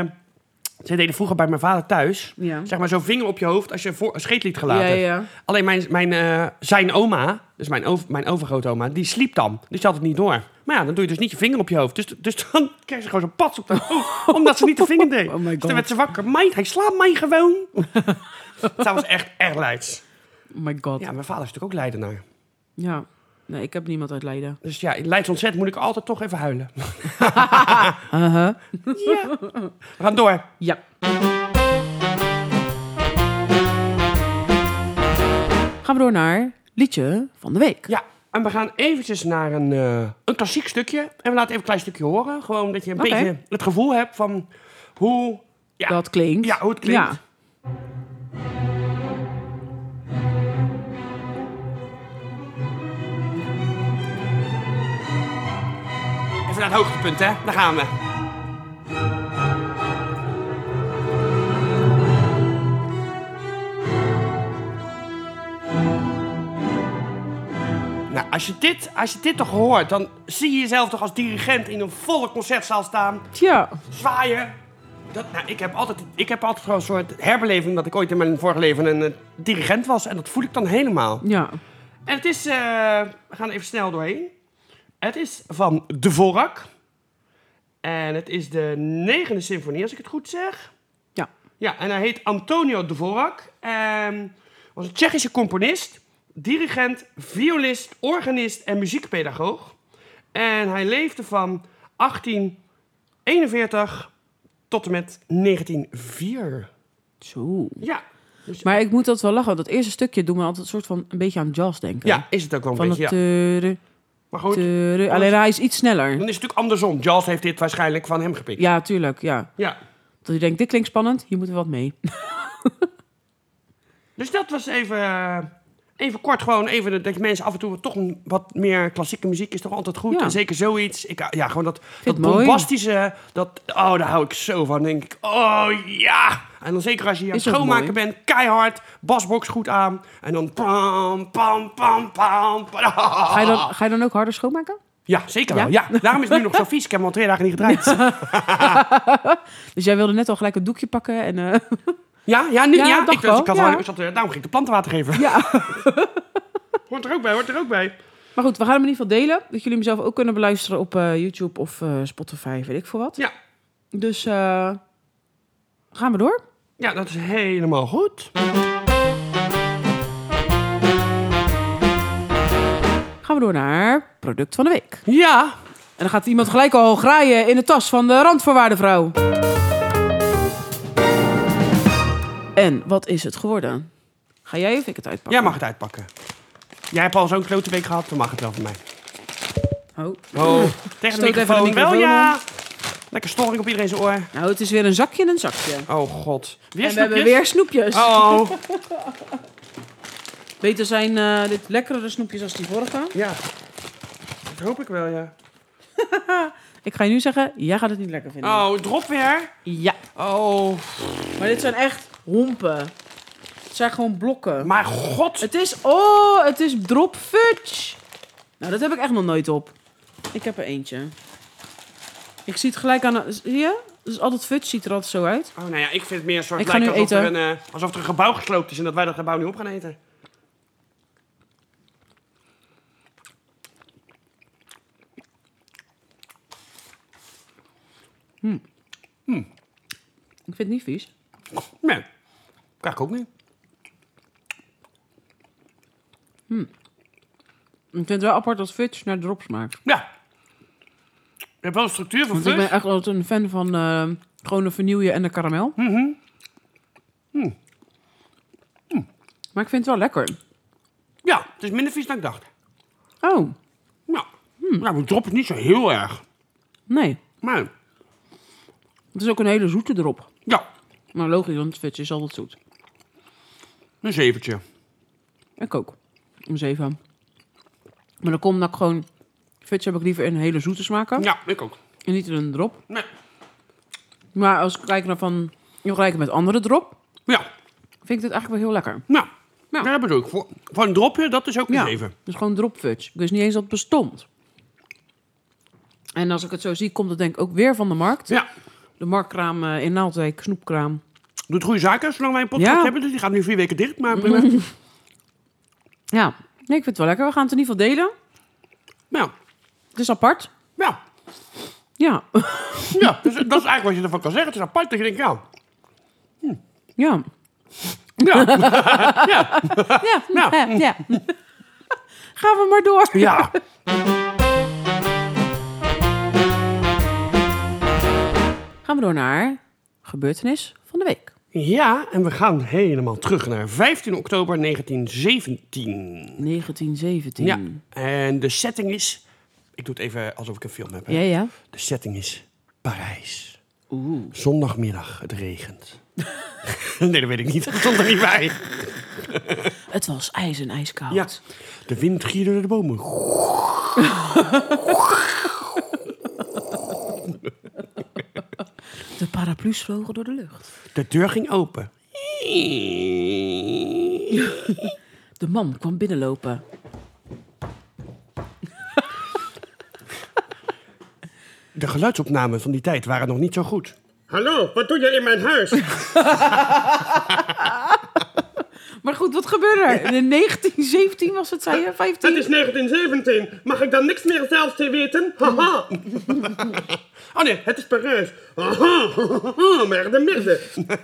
Speaker 1: Ze deden vroeger bij mijn vader thuis...
Speaker 2: Ja.
Speaker 1: Zeg maar zo'n vinger op je hoofd als je een scheet liet gelaten.
Speaker 2: Ja, ja.
Speaker 1: Alleen zijn oma, dus mijn overgrootoma, die sliep dan. Dus die had het niet door. Maar ja, dan doe je dus niet je vinger op je hoofd. Dus dan kreeg ze gewoon zo'n pats op de hoofd. Omdat ze niet de vinger deed.
Speaker 2: Oh my
Speaker 1: Dus
Speaker 2: god.
Speaker 1: dan werd ze wakker. Meid, hij slaapt mij gewoon. Dat was echt Leids.
Speaker 2: Oh my god.
Speaker 1: Ja, mijn vader is natuurlijk ook Leidenaar.
Speaker 2: Ja. Nee, ik heb niemand uit Leiden.
Speaker 1: Dus ja, in Leids ontzet moet ik altijd toch even huilen.
Speaker 2: Uh-huh.
Speaker 1: Ja. We gaan door.
Speaker 2: Ja. Gaan we door naar liedje van de week.
Speaker 1: Ja, en we gaan eventjes naar een klassiek stukje. En we laten even een klein stukje horen. Gewoon dat je een
Speaker 2: Oké.
Speaker 1: beetje het gevoel hebt van hoe... Ja,
Speaker 2: Dat klinkt.
Speaker 1: ja, hoe het klinkt.
Speaker 2: Ja.
Speaker 1: Even naar het hoogtepunt, hè. Daar gaan we. Nou, als je dit toch hoort, dan zie je jezelf toch als dirigent in een volle concertzaal staan.
Speaker 2: Tja.
Speaker 1: Zwaaien. Ik heb altijd gewoon een soort herbeleving dat ik ooit in mijn vorige leven een dirigent was. En dat voel ik dan helemaal.
Speaker 2: Ja.
Speaker 1: En het is, we gaan even snel doorheen. Het is van Dvorak. En het is de 9e symfonie, als ik het goed zeg.
Speaker 2: Ja.
Speaker 1: Ja, en hij heet Antonio Dvorak. Was een Tsjechische componist, dirigent, violist, organist en muziekpedagoog. En hij leefde van 1841 tot en met 1904.
Speaker 2: Zo.
Speaker 1: Ja. Dus,
Speaker 2: Maar ik moet dat wel lachen. Dat eerste stukje doet me altijd een soort van een beetje aan jazz denken.
Speaker 1: ja, is het ook wel een
Speaker 2: Van
Speaker 1: beetje,
Speaker 2: het
Speaker 1: ja.
Speaker 2: tere,
Speaker 1: Maar goed,
Speaker 2: tere. Alleen hij is iets sneller.
Speaker 1: dan is het natuurlijk andersom. Jazz heeft dit waarschijnlijk van hem gepikt.
Speaker 2: Ja, tuurlijk. Ja.
Speaker 1: Ja.
Speaker 2: Dat je denkt, dit klinkt spannend. Hier moeten we wat mee.
Speaker 1: Dus dat was even kort gewoon even dat mensen af en toe toch wat meer klassieke muziek is toch altijd goed.
Speaker 2: Ja.
Speaker 1: En zeker zoiets. Gewoon dat
Speaker 2: het mooi.
Speaker 1: bombastische, daar hou ik zo van. Dan denk ik, oh ja. En dan zeker als je aan het
Speaker 2: Is ook
Speaker 1: schoonmaken
Speaker 2: mooi.
Speaker 1: bent, keihard, basbox goed aan. En dan pam, pam, pam, pam.
Speaker 2: Ga je dan ook harder schoonmaken?
Speaker 1: Ja, zeker
Speaker 2: Ja?
Speaker 1: wel. Ja. Daarom is het nu nog zo vies. Ik heb hem al 2 dagen niet gedraaid.
Speaker 2: Dus jij wilde net al gelijk een doekje pakken en...
Speaker 1: Ja, nu,
Speaker 2: Ja,
Speaker 1: ja.
Speaker 2: dacht wel. Ja.
Speaker 1: Daarom ging ik de planten water geven.
Speaker 2: Ja.
Speaker 1: Hoort er ook bij.
Speaker 2: Maar goed, we gaan hem in ieder geval delen. Dat jullie hem zelf ook kunnen beluisteren op YouTube of Spotify, weet ik veel wat.
Speaker 1: Ja.
Speaker 2: Dus gaan we door.
Speaker 1: Ja, dat is helemaal goed.
Speaker 2: Gaan we door naar product van de week.
Speaker 1: Ja.
Speaker 2: En dan gaat iemand gelijk al graaien in de tas van de randvoorwaardenvrouw. En wat is het geworden? Ga jij of ik het uitpakken?
Speaker 1: Jij mag het uitpakken. Jij hebt al zo'n klote week gehad, dan mag het wel van mij.
Speaker 2: Oh.
Speaker 1: Oh, tegen de
Speaker 2: Stoot even de
Speaker 1: microfoon.
Speaker 2: microfoon
Speaker 1: Wel ja. Lekker storing op iedereen zijn oor.
Speaker 2: Nou, het is weer een zakje en een zakje.
Speaker 1: Oh god. Weer
Speaker 2: En we hebben
Speaker 1: snoepjes?
Speaker 2: weer snoepjes.
Speaker 1: Oh.
Speaker 2: Beter zijn dit lekkere snoepjes als die vorige.
Speaker 1: Ja. Dat hoop ik wel, ja.
Speaker 2: Ik ga je nu zeggen, jij gaat het niet lekker vinden.
Speaker 1: Oh, drop weer?
Speaker 2: Ja.
Speaker 1: Oh.
Speaker 2: Maar dit zijn echt hompen. Het zijn gewoon blokken.
Speaker 1: Maar god.
Speaker 2: Het is drop fudge. Nou, dat heb ik echt nog nooit op. Ik heb er eentje. Ik zie het gelijk aan... Zie je? Dus altijd fudge ziet er altijd zo uit.
Speaker 1: Oh, nou ja, ik vind het meer een soort...
Speaker 2: Ik ga nu
Speaker 1: lijkt alsof
Speaker 2: eten.
Speaker 1: alsof er een gebouw gesloopt is en dat wij dat gebouw nu op gaan eten.
Speaker 2: Ik vind het niet vies.
Speaker 1: Nee. Krijg ik ook niet.
Speaker 2: Ik vind het wel apart dat fudge naar drop smaakt.
Speaker 1: Ja. Je hebt wel een structuur van
Speaker 2: Want ik ben
Speaker 1: fudge.
Speaker 2: echt altijd een fan van gewoon de vanille en de karamel. Maar ik vind het wel lekker.
Speaker 1: Ja, het is minder vies dan ik dacht.
Speaker 2: Oh,
Speaker 1: Ja. Nou, de drop is niet zo heel erg.
Speaker 2: nee.
Speaker 1: Maar,
Speaker 2: Het is ook een hele zoete drop.
Speaker 1: ja,
Speaker 2: Maar logisch, want fudge is altijd zoet.
Speaker 1: een 7'tje.
Speaker 2: Ik ook. Om 7. Maar dan komt dat ik gewoon... Fudge heb ik liever in hele zoete smaken.
Speaker 1: Ja, ik ook.
Speaker 2: En niet in een drop.
Speaker 1: Nee.
Speaker 2: Maar als ik kijk naar van... Je vergelijkt met andere drop...
Speaker 1: Ja,
Speaker 2: Vind ik dit eigenlijk wel heel lekker.
Speaker 1: nou,
Speaker 2: Ja.
Speaker 1: dat bedoel ik. Voor een dropje, dat is ook een 7.
Speaker 2: Dus gewoon drop fudge. Ik wist niet eens dat het bestond. En als ik het zo zie, komt het denk ik ook weer van de markt.
Speaker 1: Ja.
Speaker 2: De marktkraam in Naaldwijk, snoepkraam.
Speaker 1: Doet goede zaken, zolang wij een podcast
Speaker 2: Ja.
Speaker 1: hebben. Dus die gaat nu 4 weken dicht. Maar
Speaker 2: Ja, nee, ik vind het wel lekker. We gaan het in ieder geval delen.
Speaker 1: nou,
Speaker 2: Het is apart.
Speaker 1: ja.
Speaker 2: Ja.
Speaker 1: Ja, dus dat is eigenlijk wat je ervan kan zeggen. Het is apart dat je denkt, ja.
Speaker 2: Ja.
Speaker 1: Ja.
Speaker 2: Ja.
Speaker 1: Ja.
Speaker 2: Ja. Gaan we maar door.
Speaker 1: Ja.
Speaker 2: Gaan we door naar gebeurtenis van de week.
Speaker 1: Ja, en we gaan helemaal terug naar 15 oktober 1917.
Speaker 2: 1917.
Speaker 1: Ja, en de setting is... Ik doe het even alsof ik een film heb. Hè?
Speaker 2: Ja, ja.
Speaker 1: De setting is Parijs.
Speaker 2: Oeh.
Speaker 1: Zondagmiddag, het regent. Nee, dat weet ik niet. Dat stond er niet bij.
Speaker 2: Het was ijs en ijskoud.
Speaker 1: Ja, de wind gierde door de bomen.
Speaker 2: De paraplu's vlogen door de lucht.
Speaker 1: De deur ging open.
Speaker 2: De man kwam binnenlopen.
Speaker 1: De geluidsopnamen van die tijd waren nog niet zo goed. Hallo, wat doe je in mijn huis?
Speaker 2: Maar goed, wat gebeurde er? In 1917 was het, zei je? 15?
Speaker 1: Het is 1917. Mag ik dan niks meer zelf te weten? Haha. Oh nee, het is Parijs. Haha. Merde.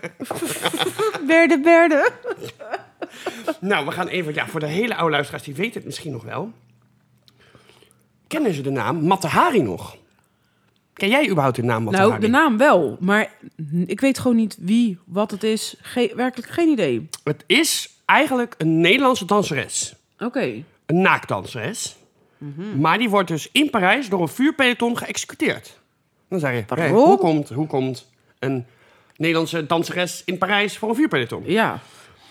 Speaker 2: Berde.
Speaker 1: Nou, we gaan even... Ja, voor de hele oude luisteraars, die weten het misschien nog wel. Kennen ze de naam Mata Hari nog? Ken jij überhaupt de naam Mata Hari?
Speaker 2: Nou, de naam wel. Maar ik weet gewoon niet wie, wat het is. Werkelijk geen idee.
Speaker 1: Het is eigenlijk een Nederlandse danseres.
Speaker 2: Oké.
Speaker 1: Een naakdanseres. Maar die wordt dus in Parijs door een vuurpeloton geëxecuteerd. Dan zeg je, hey,
Speaker 2: Waarom?
Speaker 1: hoe komt een Nederlandse danseres in Parijs voor een vuurpeloton?
Speaker 2: Ja.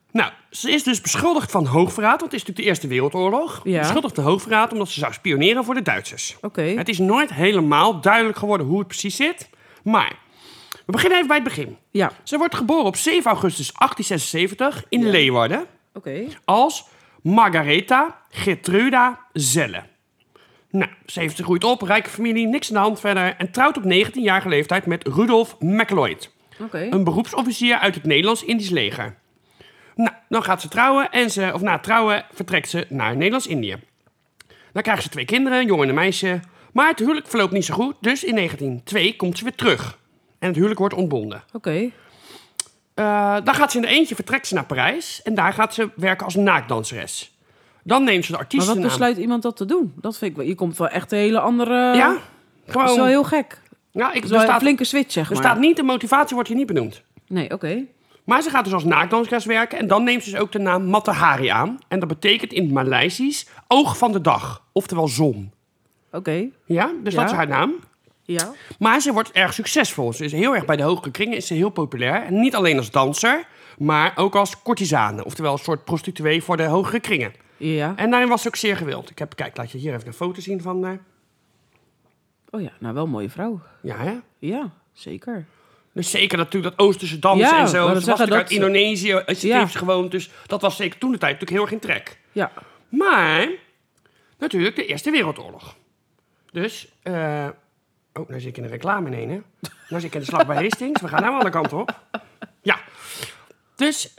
Speaker 1: Nou, ze is dus beschuldigd van hoogverraad, want het is natuurlijk de Eerste Wereldoorlog.
Speaker 2: Ja.
Speaker 1: Beschuldigd van hoogverraad omdat ze zou spioneren voor de Duitsers.
Speaker 2: Oké.
Speaker 1: Het is nooit helemaal duidelijk geworden hoe het precies zit. Maar we beginnen even bij het begin.
Speaker 2: Ja.
Speaker 1: Ze wordt geboren op 7 augustus 1876 in Leeuwarden
Speaker 2: Oké.
Speaker 1: als Margaretha Gertruda Zelle. Nou, ze heeft gegroeid op, rijke familie, niks aan de hand verder... en trouwt op 19-jarige leeftijd met Rudolf MacLeod.
Speaker 2: Oké.
Speaker 1: Een beroepsofficier uit het Nederlands-Indisch leger. Nou, dan gaat ze trouwen en na het trouwen vertrekt ze naar Nederlands-Indië. Dan krijgen ze 2 kinderen, een jongen en een meisje. Maar het huwelijk verloopt niet zo goed, dus in 1902 komt ze weer terug. En het huwelijk wordt ontbonden.
Speaker 2: Oké.
Speaker 1: Dan gaat ze in de eentje, vertrekt ze naar Parijs en daar gaat ze werken als naakdanseres. Dan neemt ze de
Speaker 2: Maar
Speaker 1: artiesten
Speaker 2: wat besluit iemand dat te doen? Dat vind ik wel... Je komt wel echt een hele andere...
Speaker 1: Ja,
Speaker 2: Dat is wel
Speaker 1: gewoon...
Speaker 2: heel gek.
Speaker 1: Ja,
Speaker 2: Dat is wel een flinke switch, zeg
Speaker 1: er
Speaker 2: maar.
Speaker 1: staat niet, de motivatie wordt hier niet benoemd.
Speaker 2: Nee, oké.
Speaker 1: Maar ze gaat dus als naakdanseres werken en dan neemt ze dus ook de naam Matahari aan. En dat betekent in het Maleisisch oog van de dag, oftewel zon.
Speaker 2: Oké.
Speaker 1: Ja, dus dat is haar naam.
Speaker 2: Ja.
Speaker 1: Maar ze wordt erg succesvol. Ze is heel erg bij de hogere kringen, is ze heel populair. En niet alleen als danser, maar ook als courtisane. Oftewel een soort prostituee voor de hogere kringen.
Speaker 2: Ja.
Speaker 1: En daarin was ze ook zeer gewild. Kijk, laat je hier even een foto zien van...
Speaker 2: Oh ja, nou wel een mooie vrouw.
Speaker 1: Ja, hè?
Speaker 2: Ja, zeker.
Speaker 1: Dus zeker natuurlijk dat Oosterse dansen
Speaker 2: Ja,
Speaker 1: en zo.
Speaker 2: maar
Speaker 1: Ze
Speaker 2: dat
Speaker 1: was natuurlijk uit
Speaker 2: zeggen dat-
Speaker 1: Indonesië, heeft
Speaker 2: Ja.
Speaker 1: ze gewoond. Dus dat was zeker toen de tijd natuurlijk heel erg in trek.
Speaker 2: Ja.
Speaker 1: Maar, natuurlijk, de Eerste Wereldoorlog. Dus, oh, nou zit ik in de reclame in, hè? Nou zit ik in de slag bij Hastings. We gaan nou alle kanten op. Ja. Dus,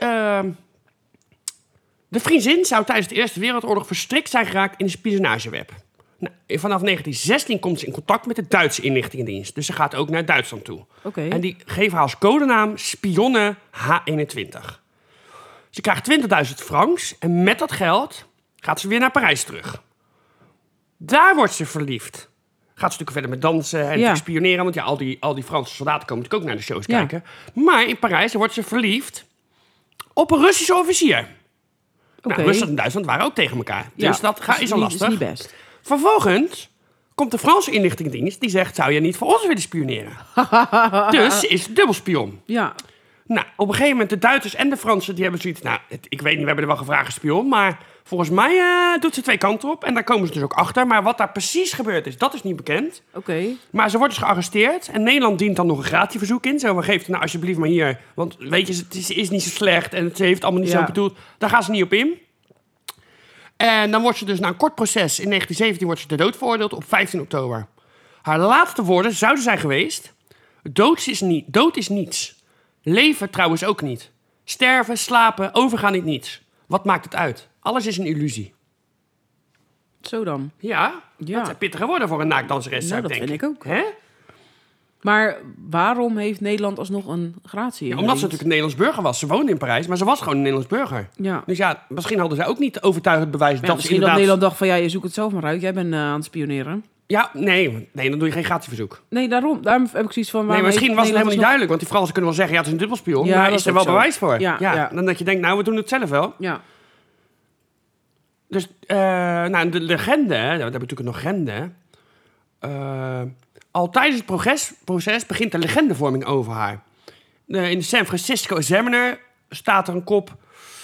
Speaker 1: de vriendin zou tijdens de Eerste Wereldoorlog verstrikt zijn geraakt in een spionageweb. Nou, vanaf 1916 komt ze in contact met de Duitse inlichtingendienst. Dus ze gaat ook naar Duitsland toe.
Speaker 2: Oké.
Speaker 1: En die geven haar als codenaam Spionne H21. Ze krijgt 20.000 francs en met dat geld gaat ze weer naar Parijs terug. Daar wordt ze verliefd. Gaat ze natuurlijk verder met dansen en
Speaker 2: Ja.
Speaker 1: spioneren. Want ja, al die Franse soldaten komen natuurlijk ook naar de shows
Speaker 2: Ja.
Speaker 1: kijken. Maar in Parijs wordt ze verliefd op een Russische officier.
Speaker 2: Oké.
Speaker 1: Nou, Rusland en Duitsland waren ook tegen elkaar.
Speaker 2: Ja.
Speaker 1: Dus dat is al lastig.
Speaker 2: is niet best.
Speaker 1: Vervolgens komt de Franse inlichtingendienst die zegt... zou je niet voor ons willen spioneren? Dus ze is dubbelspion.
Speaker 2: Ja.
Speaker 1: Nou, op een gegeven moment de Duitsers en de Fransen... die hebben zoiets... Nou, ik weet niet, we hebben er wel gevraagd spion... maar volgens mij doet ze 2 kanten op. En daar komen ze dus ook achter. Maar wat daar precies gebeurd is, dat is niet bekend.
Speaker 2: Oké.
Speaker 1: Maar ze wordt dus gearresteerd. En Nederland dient dan nog een gratieverzoek in. Zo, geef het nou alsjeblieft maar hier. Want weet je, het is niet zo slecht... en ze heeft het allemaal niet
Speaker 2: Ja.
Speaker 1: zo bedoeld. Daar gaan ze niet op in. En dan wordt ze dus na een kort proces... in 1917 wordt ze ter dood veroordeeld op 15 oktober. Haar laatste woorden zouden zijn geweest... Dood is niets. Leven trouwens ook niet. Sterven, slapen, overgaan in niets. Wat maakt het uit? Alles is een illusie.
Speaker 2: Zo dan.
Speaker 1: Ja,
Speaker 2: Ja.
Speaker 1: dat zijn pittige woorden voor een naakdanseres, zou
Speaker 2: Nou, dat
Speaker 1: ik denken.
Speaker 2: vind ik ook.
Speaker 1: Hè?
Speaker 2: Maar waarom heeft Nederland alsnog een gratie?
Speaker 1: Ja, omdat ze natuurlijk een Nederlands burger was. Ze woonde in Parijs, maar ze was gewoon een Nederlands burger.
Speaker 2: Ja.
Speaker 1: Dus ja, misschien hadden ze ook niet overtuigend bewijs
Speaker 2: Ja,
Speaker 1: dat ze
Speaker 2: misschien dat
Speaker 1: inderdaad...
Speaker 2: Nederland dacht van ja, je zoekt het zelf maar uit. Jij bent aan het spioneren.
Speaker 1: Ja, nee, dan doe je geen gratieverzoek.
Speaker 2: Nee, daarom heb ik zoiets van...
Speaker 1: Nee,
Speaker 2: waarom
Speaker 1: misschien
Speaker 2: heeft
Speaker 1: was het helemaal niet
Speaker 2: Nederland
Speaker 1: duidelijk. Want die Fransen kunnen wel zeggen, ja, het is een dubbelspion.
Speaker 2: Ja,
Speaker 1: maar
Speaker 2: dat
Speaker 1: is er
Speaker 2: is
Speaker 1: wel
Speaker 2: ook zo.
Speaker 1: bewijs voor?
Speaker 2: Ja.
Speaker 1: Dan dat je denkt, nou, we doen het zelf wel.
Speaker 2: alsnog- Ja.
Speaker 1: Dus, nou, de legende, hè, we hebben natuurlijk nog legende. Al tijdens het proces begint de legendevorming over haar. In de San Francisco Examiner staat er een kop...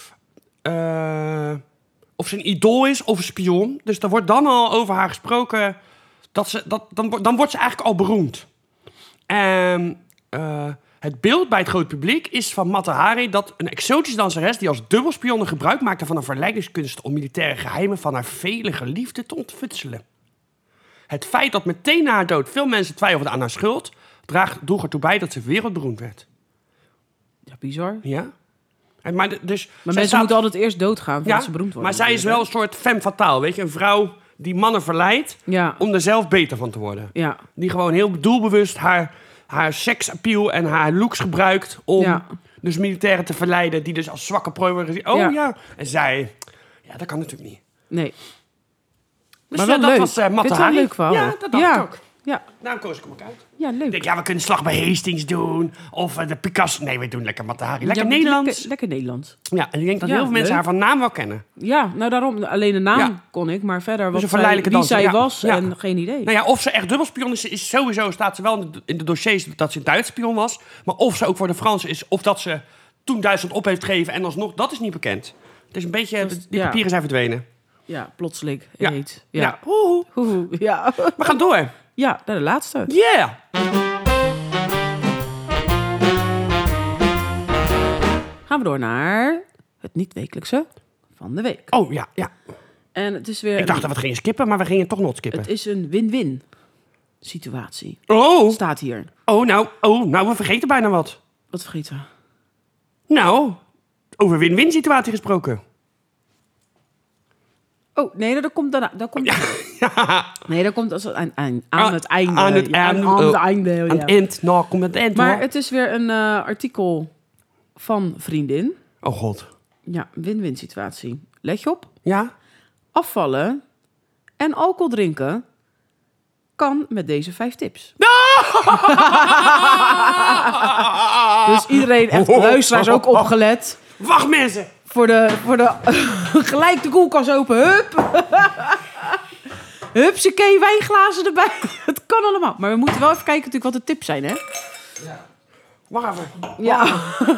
Speaker 1: of ze een idool is of een spion. Dus er wordt dan al over haar gesproken... Dan wordt ze eigenlijk al beroemd. En het beeld bij het grote publiek is van Matahari... dat een exotische danseres die als dubbelspionne gebruik maakte... van een verleidingskunst om militaire geheimen... van haar vele geliefden te ontfutselen. Het feit dat meteen na haar dood veel mensen twijfelden aan haar schuld... droeg ertoe bij dat ze wereldberoemd werd.
Speaker 2: Ja, bizar.
Speaker 1: Ja? Maar
Speaker 2: mensen moeten altijd eerst doodgaan voordat ze beroemd worden.
Speaker 1: maar zij is wel een soort femme fatale, weet je? Een vrouw die mannen verleidt
Speaker 2: Ja.
Speaker 1: om er zelf beter van te worden.
Speaker 2: Ja.
Speaker 1: Die gewoon heel doelbewust haar seksappeal en haar looks gebruikt... om
Speaker 2: Ja.
Speaker 1: dus militairen te verleiden die dus als zwakke prooi worden gezien. Oh
Speaker 2: Ja.
Speaker 1: ja. En zij... Ja, dat kan natuurlijk niet.
Speaker 2: Nee.
Speaker 1: Dus
Speaker 2: Maar wel
Speaker 1: dat
Speaker 2: leuk.
Speaker 1: was
Speaker 2: Vind je het wel
Speaker 1: Matahari.
Speaker 2: een leuk verhaal?
Speaker 1: Ja, dat dacht
Speaker 2: Ja.
Speaker 1: ik ook.
Speaker 2: Ja.
Speaker 1: Nou, koos ik hem ook uit.
Speaker 2: Ja, leuk.
Speaker 1: Ik denk, ja, we kunnen Slag bij Hastings doen. Of de Picasso. Nee, we doen lekker Matahari. Lekker
Speaker 2: Ja,
Speaker 1: Nederlands.
Speaker 2: Lekker Nederlands.
Speaker 1: Ja, en ik denk dat
Speaker 2: Ja,
Speaker 1: heel veel mensen
Speaker 2: leuk.
Speaker 1: haar van naam wel kennen.
Speaker 2: Ja, nou daarom. Alleen de naam
Speaker 1: Ja.
Speaker 2: kon ik, maar verder
Speaker 1: Dus
Speaker 2: wat
Speaker 1: een verleidelijke
Speaker 2: wie
Speaker 1: danser,
Speaker 2: zij
Speaker 1: ja.
Speaker 2: was
Speaker 1: Ja.
Speaker 2: en geen idee.
Speaker 1: Nou ja, of ze echt dubbelspion is sowieso staat ze wel in de dossiers dat ze een Duits spion was. Maar of ze ook voor de Fransen is, of dat ze toen Duitsland op heeft gegeven en alsnog, dat is niet bekend. Het is een beetje,
Speaker 2: Dus,
Speaker 1: die
Speaker 2: ja.
Speaker 1: papieren zijn verdwenen.
Speaker 2: Ja, plotseling.
Speaker 1: Ja.
Speaker 2: Heet.
Speaker 1: Ja.
Speaker 2: Ja.
Speaker 1: Hoehoe.
Speaker 2: Hoehoe. Ja.
Speaker 1: We gaan door.
Speaker 2: Ja, naar de laatste.
Speaker 1: Yeah!
Speaker 2: Gaan we door naar het niet-wekelijkse van de week.
Speaker 1: Oh, ja.
Speaker 2: En het is weer...
Speaker 1: Ik dacht dat we het gingen skippen, maar we gingen toch nog skippen.
Speaker 2: Het is een win-win situatie.
Speaker 1: Oh,
Speaker 2: Staat hier.
Speaker 1: nou, we vergeten bijna wat.
Speaker 2: Wat vergeten we?
Speaker 1: Nou, over win-win situatie gesproken.
Speaker 2: Oh, nee, dat komt daarna. Dat komt, Nee, dat komt aan het einde.
Speaker 1: Aan het einde.
Speaker 2: Aan het einde, ja.
Speaker 1: Aan het eind. Nou, komt het eind,
Speaker 2: Maar
Speaker 1: hoor.
Speaker 2: het is weer een artikel van Vriendin.
Speaker 1: Oh, god.
Speaker 2: Ja, win-win situatie. Let je op.
Speaker 1: Ja?
Speaker 2: Afvallen en alcohol drinken kan met deze 5 tips. Dus iedereen, echt luisteraars ook opgelet.
Speaker 1: Wacht, mensen.
Speaker 2: Voor de gelijk de koelkast open. Hup. Hupsakee, wijnglazen erbij. Het kan allemaal. Maar we moeten wel even kijken natuurlijk wat de tips zijn, hè?
Speaker 1: Wacht even.
Speaker 2: Ja,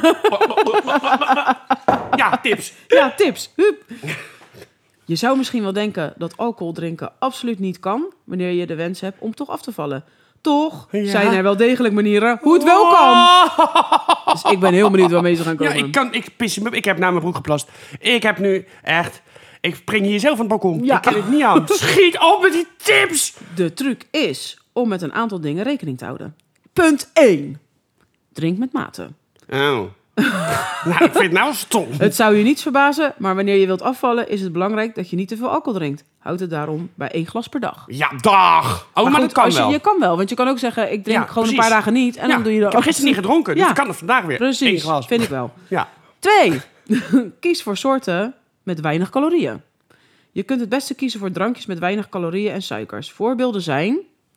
Speaker 1: Ja, tips.
Speaker 2: ja, tips. Hup. Je zou misschien wel denken dat alcohol drinken absoluut niet kan wanneer je de wens hebt om toch af te vallen. Toch
Speaker 1: Ja.
Speaker 2: zijn er wel degelijk manieren hoe het wel kan. Dus ik ben heel benieuwd waarmee ze gaan
Speaker 1: Ja,
Speaker 2: komen.
Speaker 1: ik heb naar mijn broek geplast. Ik heb nu echt... Ik spring hier zelf van het balkon.
Speaker 2: Ja.
Speaker 1: Ik kan het niet aan. Schiet op met die tips.
Speaker 2: De truc is om met een aantal dingen rekening te houden. Punt 1. Drink met mate.
Speaker 1: Oh. Nou, ik vind het nou stom.
Speaker 2: Het zou je niets verbazen, maar wanneer je wilt afvallen is het belangrijk dat je niet te veel alcohol drinkt. Houd het daarom bij 1 glas per dag.
Speaker 1: Ja, dag. Oh, maar
Speaker 2: goed,
Speaker 1: dat kan
Speaker 2: als je,
Speaker 1: wel.
Speaker 2: je kan wel, want je kan ook zeggen ik drink
Speaker 1: Ja,
Speaker 2: gewoon
Speaker 1: precies.
Speaker 2: een paar dagen niet en dan doe je
Speaker 1: ik heb gisteren niet gedronken, dus
Speaker 2: Ja.
Speaker 1: ik kan het vandaag weer. 1
Speaker 2: Precies,
Speaker 1: glas.
Speaker 2: vind ik wel.
Speaker 1: Ja.
Speaker 2: 2. Kies voor soorten met weinig calorieën. Je kunt het beste kiezen voor drankjes met weinig calorieën en suikers. Voorbeelden zijn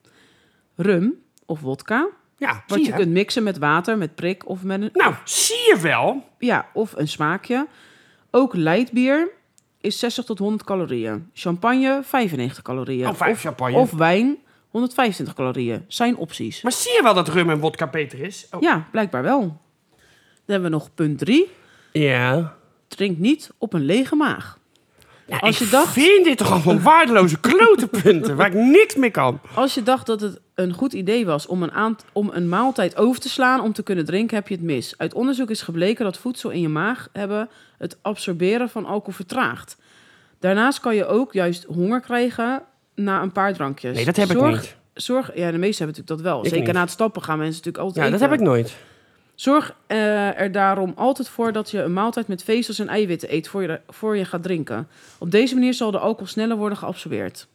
Speaker 2: rum of wodka,
Speaker 1: Ja,
Speaker 2: wat
Speaker 1: zie
Speaker 2: je
Speaker 1: je.
Speaker 2: kunt mixen met water, met prik of met een,
Speaker 1: Nou, zie je wel.
Speaker 2: ja, of een smaakje. Ook light bier is 60 tot 100 calorieën. Champagne 95 calorieën.
Speaker 1: Oh, 5 champagne.
Speaker 2: Of wijn 125 calorieën. Zijn opties.
Speaker 1: Maar zie je wel dat rum en wodka beter is? Oh.
Speaker 2: Ja, blijkbaar wel. Dan hebben we nog punt 3.
Speaker 1: Ja.
Speaker 2: Drink niet op een lege maag.
Speaker 1: Ja,
Speaker 2: Als
Speaker 1: ik
Speaker 2: je dacht-
Speaker 1: vind dit toch allemaal waardeloze klote punten waar ik niks mee kan.
Speaker 2: Als je dacht dat het een goed idee was om een maaltijd over te slaan om te kunnen drinken, heb je het mis. Uit onderzoek is gebleken dat voedsel in je maag hebben het absorberen van alcohol vertraagt. Daarnaast kan je ook juist honger krijgen na een paar drankjes.
Speaker 1: Nee, dat heb ik niet.
Speaker 2: Ja, de meesten hebben natuurlijk dat wel.
Speaker 1: Ik
Speaker 2: Zeker
Speaker 1: niet.
Speaker 2: na het stappen gaan mensen natuurlijk altijd
Speaker 1: Ja, dat
Speaker 2: eten.
Speaker 1: heb ik nooit.
Speaker 2: Zorg er daarom altijd voor dat je een maaltijd met vezels en eiwitten eet voor je gaat drinken. Op deze manier zal de alcohol sneller worden geabsorbeerd.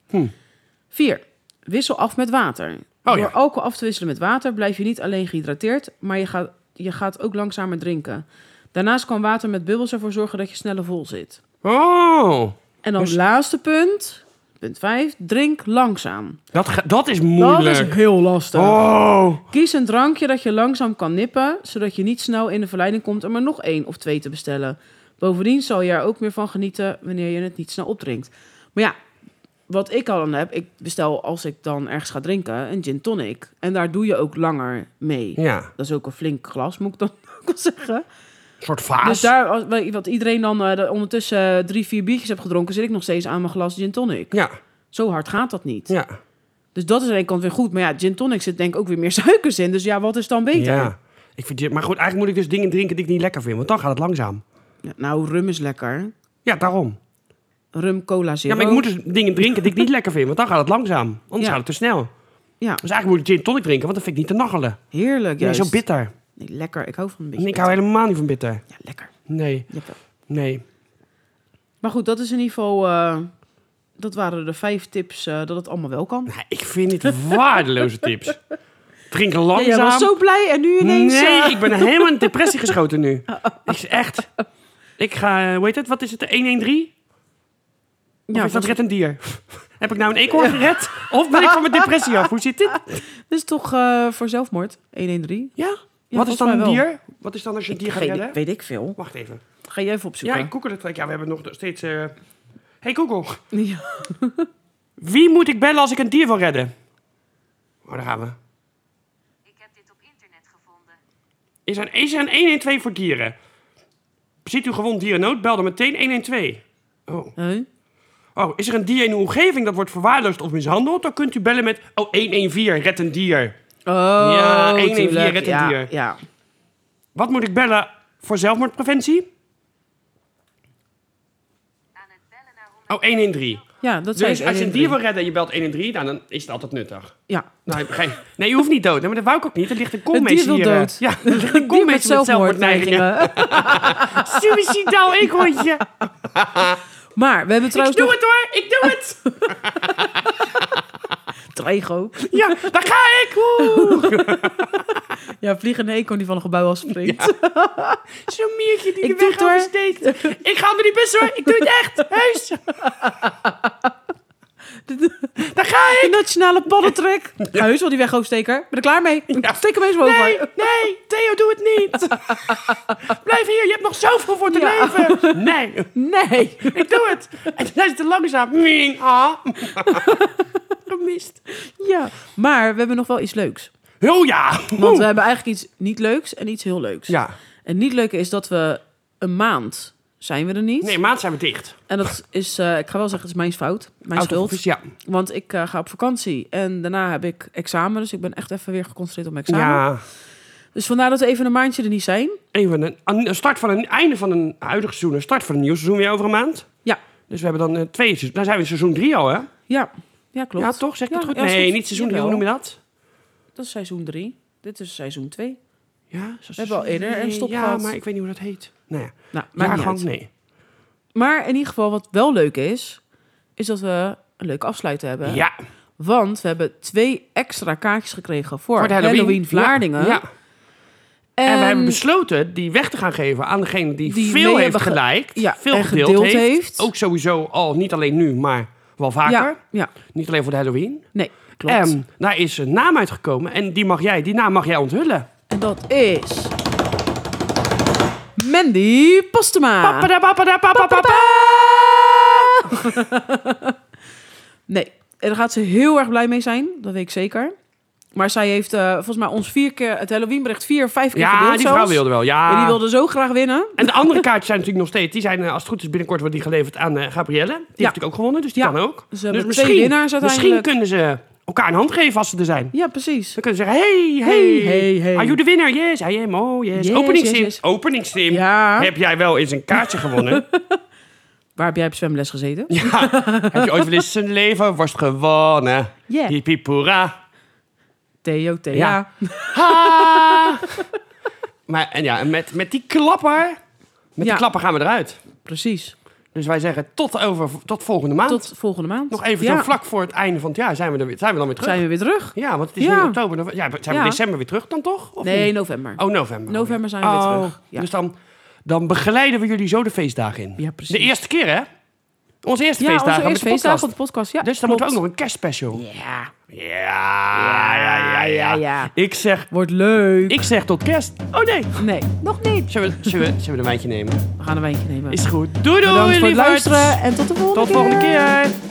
Speaker 2: 4. Wissel af met water. Door
Speaker 1: ja.
Speaker 2: alcohol af te wisselen met water blijf je niet alleen gehydrateerd, maar je gaat ook langzamer drinken. Daarnaast kan water met bubbels ervoor zorgen dat je sneller vol zit.
Speaker 1: Oh,
Speaker 2: En dan het laatste punt, punt 5, drink langzaam.
Speaker 1: dat is moeilijk.
Speaker 2: Dat is heel lastig.
Speaker 1: Oh,
Speaker 2: Kies een drankje dat je langzaam kan nippen, zodat je niet snel in de verleiding komt om er nog 1 of 2 te bestellen. Bovendien zal je er ook meer van genieten wanneer je het niet snel opdrinkt. Maar ja, wat ik al dan heb, ik bestel als ik dan ergens ga drinken een gin tonic. En daar doe je ook langer mee.
Speaker 1: ja.
Speaker 2: Dat is ook een flink glas, moet ik dan ook wel zeggen.
Speaker 1: Een soort vaas.
Speaker 2: Dus daar, wat iedereen dan ondertussen 3-4 biertjes heeft gedronken, zit ik nog steeds aan mijn glas gin tonic.
Speaker 1: Ja,
Speaker 2: Zo hard gaat dat niet.
Speaker 1: ja.
Speaker 2: Dus dat is aan de ene kant weer goed. Maar ja, gin tonic zit denk ik ook weer meer suikers in. Dus ja, wat is dan beter?
Speaker 1: Ja. Ik vind, maar goed, eigenlijk moet ik dus dingen drinken die ik niet lekker vind, want dan gaat het langzaam.
Speaker 2: Ja, nou, rum is lekker.
Speaker 1: Ja, daarom.
Speaker 2: Rum, cola, zero.
Speaker 1: Ja, maar ik moet dus dingen drinken die ik niet lekker vind, want dan gaat het langzaam. Anders
Speaker 2: Ja.
Speaker 1: gaat het te snel.
Speaker 2: Ja,
Speaker 1: Dus eigenlijk moet ik gin tonic drinken, want dan vind ik niet te naggelen.
Speaker 2: heerlijk.
Speaker 1: Nee,
Speaker 2: Juist.
Speaker 1: zo bitter.
Speaker 2: Nee, lekker. Ik hou van een beetje.
Speaker 1: Nee, ik hou helemaal niet van bitter.
Speaker 2: Ja, lekker.
Speaker 1: Nee,
Speaker 2: Jawel.
Speaker 1: nee.
Speaker 2: Maar goed, dat is in ieder geval... dat waren de 5 tips dat het allemaal wel kan.
Speaker 1: Nou, ik vind dit waardeloze tips. Drink
Speaker 2: Ja,
Speaker 1: langzaam.
Speaker 2: jij was zo blij en nu ineens...
Speaker 1: Nee, ik ben helemaal in depressie geschoten nu. Ik echt. Ik ga, hoe heet het? Wat is het? 113? Of is dat red een dier? Heb ik nou een eekhoorn gered? Of ben ik van mijn depressie af? Hoe zit dit?
Speaker 2: Dit is toch voor zelfmoord? 113?
Speaker 1: Ja?
Speaker 2: Ja,
Speaker 1: Wat is dan een
Speaker 2: volgens mij wel.
Speaker 1: dier? Wat is dan als je een dier gaat redden?
Speaker 2: Weet ik veel.
Speaker 1: Wacht even.
Speaker 2: Ga jij even opzoeken.
Speaker 1: Ja, ik google het. Ja, we hebben nog steeds... Hey Google.
Speaker 2: Ja.
Speaker 1: Wie moet ik bellen als ik een dier wil redden? Oh, daar gaan we.
Speaker 3: Ik heb dit op internet gevonden.
Speaker 1: Is er een 112 voor dieren? Ziet u gewond dier in nood? Bel dan meteen 112. Oh, is er een dier in uw omgeving dat wordt verwaarloosd of mishandeld? Dan kunt u bellen met 114, red een dier.
Speaker 2: Oh,
Speaker 1: ja, 114, red een dier.
Speaker 2: Ja.
Speaker 1: Wat moet ik bellen voor zelfmoordpreventie? 113.
Speaker 2: Ja, dat zei
Speaker 1: Dus
Speaker 2: ik,
Speaker 1: als je een
Speaker 2: 113.
Speaker 1: dier wil redden en je belt 113, nou, dan is het altijd nuttig.
Speaker 2: Ja.
Speaker 1: Nou, nee, je hoeft niet dood. Nee, maar dat wou ik ook niet. Er ligt een koolmees
Speaker 2: Het dier
Speaker 1: hier.
Speaker 2: wil dood.
Speaker 1: Ja, er ligt een
Speaker 2: Dier met
Speaker 1: koolmees met zelfmoordneigingen. Suicidaal eekhoortje.
Speaker 2: Maar we hebben trouwens
Speaker 1: Ik doe het hoor, ik doe het.
Speaker 2: Trigo.
Speaker 1: Ja, daar ga ik. Woe.
Speaker 2: Ja, vliegende eekhoorn die van een gebouw afspringt.
Speaker 1: Ja. Zo'n miertje die
Speaker 2: Ik
Speaker 1: de
Speaker 2: doe
Speaker 1: weg
Speaker 2: het, hoor.
Speaker 1: oversteekt. Ik ga onder die bus hoor, ik doe het echt. Heus. Daar ga ik.
Speaker 2: De nationale paddentrek. Heus wel die wegoversteker. Ben je er klaar mee?
Speaker 1: Ja.
Speaker 2: Steek hem eens over.
Speaker 1: Nee, Theo, doe het niet. Blijf hier, je hebt nog zoveel voor te leven. Nee, ik doe het. En dan is het te langzaam. Gemist.
Speaker 2: Ja, maar we hebben nog wel iets leuks.
Speaker 1: Oh ja.
Speaker 2: Want we hebben eigenlijk iets niet leuks en iets heel leuks.
Speaker 1: Ja.
Speaker 2: En het niet leuke is dat we een maand zijn we er niet.
Speaker 1: Nee, maand zijn we dicht.
Speaker 2: En dat is, ik ga wel zeggen, het is mijn fout. Mijn
Speaker 1: Out of
Speaker 2: schuld.
Speaker 1: office, ja.
Speaker 2: Want ik ga op vakantie en daarna heb ik examen. Dus ik ben echt even weer geconcentreerd op mijn examen.
Speaker 1: Ja.
Speaker 2: Dus vandaar dat we even een maandje er niet zijn.
Speaker 1: Even een start van een einde van een huidige seizoen. Een start van een nieuw seizoen weer over een maand.
Speaker 2: Ja.
Speaker 1: Dus we hebben dan 2 seizoenen. Dan zijn we in seizoen 3 al, hè?
Speaker 2: Ja, klopt.
Speaker 1: Ja, toch? Zeg ik
Speaker 2: Ja,
Speaker 1: het goed?
Speaker 2: ja, is
Speaker 1: Nee,
Speaker 2: goed.
Speaker 1: niet seizoen 3.
Speaker 2: Jawel.
Speaker 1: Hoe noem je dat?
Speaker 2: Dat is seizoen 3. Dit is seizoen 2.
Speaker 1: Ja,
Speaker 2: We hebben al eerder een stop
Speaker 1: ja,
Speaker 2: gehad.
Speaker 1: maar ik weet niet hoe dat heet. Nou ja,
Speaker 2: Nou, maakt niet
Speaker 1: jaargang,
Speaker 2: uit.
Speaker 1: nee.
Speaker 2: Maar in ieder geval, wat wel leuk is dat we een leuke afsluiter hebben.
Speaker 1: Ja,
Speaker 2: Want we hebben 2 extra kaartjes gekregen voor
Speaker 1: de
Speaker 2: Halloween Vlaardingen.
Speaker 1: Ja. En we hebben besloten die weg te gaan geven aan degene die
Speaker 2: Die
Speaker 1: veel
Speaker 2: mee
Speaker 1: heeft
Speaker 2: hebben
Speaker 1: geliked,
Speaker 2: ja,
Speaker 1: veel
Speaker 2: en
Speaker 1: gedeeld
Speaker 2: gedeeld
Speaker 1: heeft.
Speaker 2: heeft.
Speaker 1: Ook sowieso al, niet alleen nu, maar wel vaker.
Speaker 2: Ja,
Speaker 1: Niet alleen voor de Halloween.
Speaker 2: nee, klopt.
Speaker 1: En daar is een naam uitgekomen en die naam mag jij onthullen.
Speaker 2: En dat is Mandy Postema.
Speaker 1: Papadapapadapapadapa.
Speaker 2: Nee, en daar gaat ze heel erg blij mee zijn. Dat weet ik zeker. Maar zij heeft volgens mij ons 4 keer het Halloweenbericht 4 of 5 keer
Speaker 1: Ja,
Speaker 2: gedeeld
Speaker 1: die vrouw
Speaker 2: zelfs.
Speaker 1: wilde wel. Ja.
Speaker 2: En die wilde zo graag winnen.
Speaker 1: En de andere kaartjes zijn natuurlijk nog steeds. Die zijn, als het goed is, binnenkort wordt die geleverd aan Gabrielle. Die heeft natuurlijk ook gewonnen, dus die
Speaker 2: Ja.
Speaker 1: kan ook.
Speaker 2: Dus we hebben 2 winnaars
Speaker 1: misschien
Speaker 2: uiteindelijk.
Speaker 1: kunnen ze elkaar een hand geven als ze er zijn.
Speaker 2: Ja, precies.
Speaker 1: Dan kunnen ze zeggen, hey.
Speaker 2: Hey.
Speaker 1: Are you the winner? Yes, I am. Oh, yes.
Speaker 2: Yes,
Speaker 1: Openingsteam.
Speaker 2: yes.
Speaker 1: Openingsteam.
Speaker 2: Ja.
Speaker 1: Heb jij wel eens een kaartje gewonnen?
Speaker 2: Waar heb jij op zwemles gezeten?
Speaker 1: Ja. Heb je ooit wel eens een leverworst gewonnen?
Speaker 2: Yeah.
Speaker 1: Hippie-poera.
Speaker 2: Theo.
Speaker 1: Ja. Ha! Maar en ja, met die klapper... Met die klapper gaan we eruit.
Speaker 2: Precies.
Speaker 1: Dus wij zeggen tot volgende maand.
Speaker 2: Tot volgende maand.
Speaker 1: Nog even zo vlak voor het einde van het jaar zijn we dan weer terug.
Speaker 2: Zijn we weer terug?
Speaker 1: Ja, want het is nu oktober. Ja, zijn we december weer terug dan toch? Of
Speaker 2: Nee,
Speaker 1: niet?
Speaker 2: november.
Speaker 1: Oh, november.
Speaker 2: November zijn we weer terug. Ja.
Speaker 1: Dus dan begeleiden we jullie zo de feestdagen in.
Speaker 2: Ja, precies.
Speaker 1: De eerste keer, hè? Onze eerste
Speaker 2: Ja,
Speaker 1: feestdagen
Speaker 2: onze
Speaker 1: met
Speaker 2: eerste
Speaker 1: de
Speaker 2: feestdagen
Speaker 1: podcast.
Speaker 2: van de podcast. Ja,
Speaker 1: Dus dan moeten we ook nog een kerstspecial.
Speaker 2: Ja.
Speaker 1: Ja. Ik zeg tot kerst. Oh nee.
Speaker 2: Nee, nog niet.
Speaker 1: Zullen we een wijntje nemen?
Speaker 2: We gaan een wijntje nemen.
Speaker 1: Is goed. Doei doei,
Speaker 2: Bedankt voor het
Speaker 1: lieverds.
Speaker 2: luisteren en tot de volgende
Speaker 1: Tot
Speaker 2: keer.
Speaker 1: volgende keer.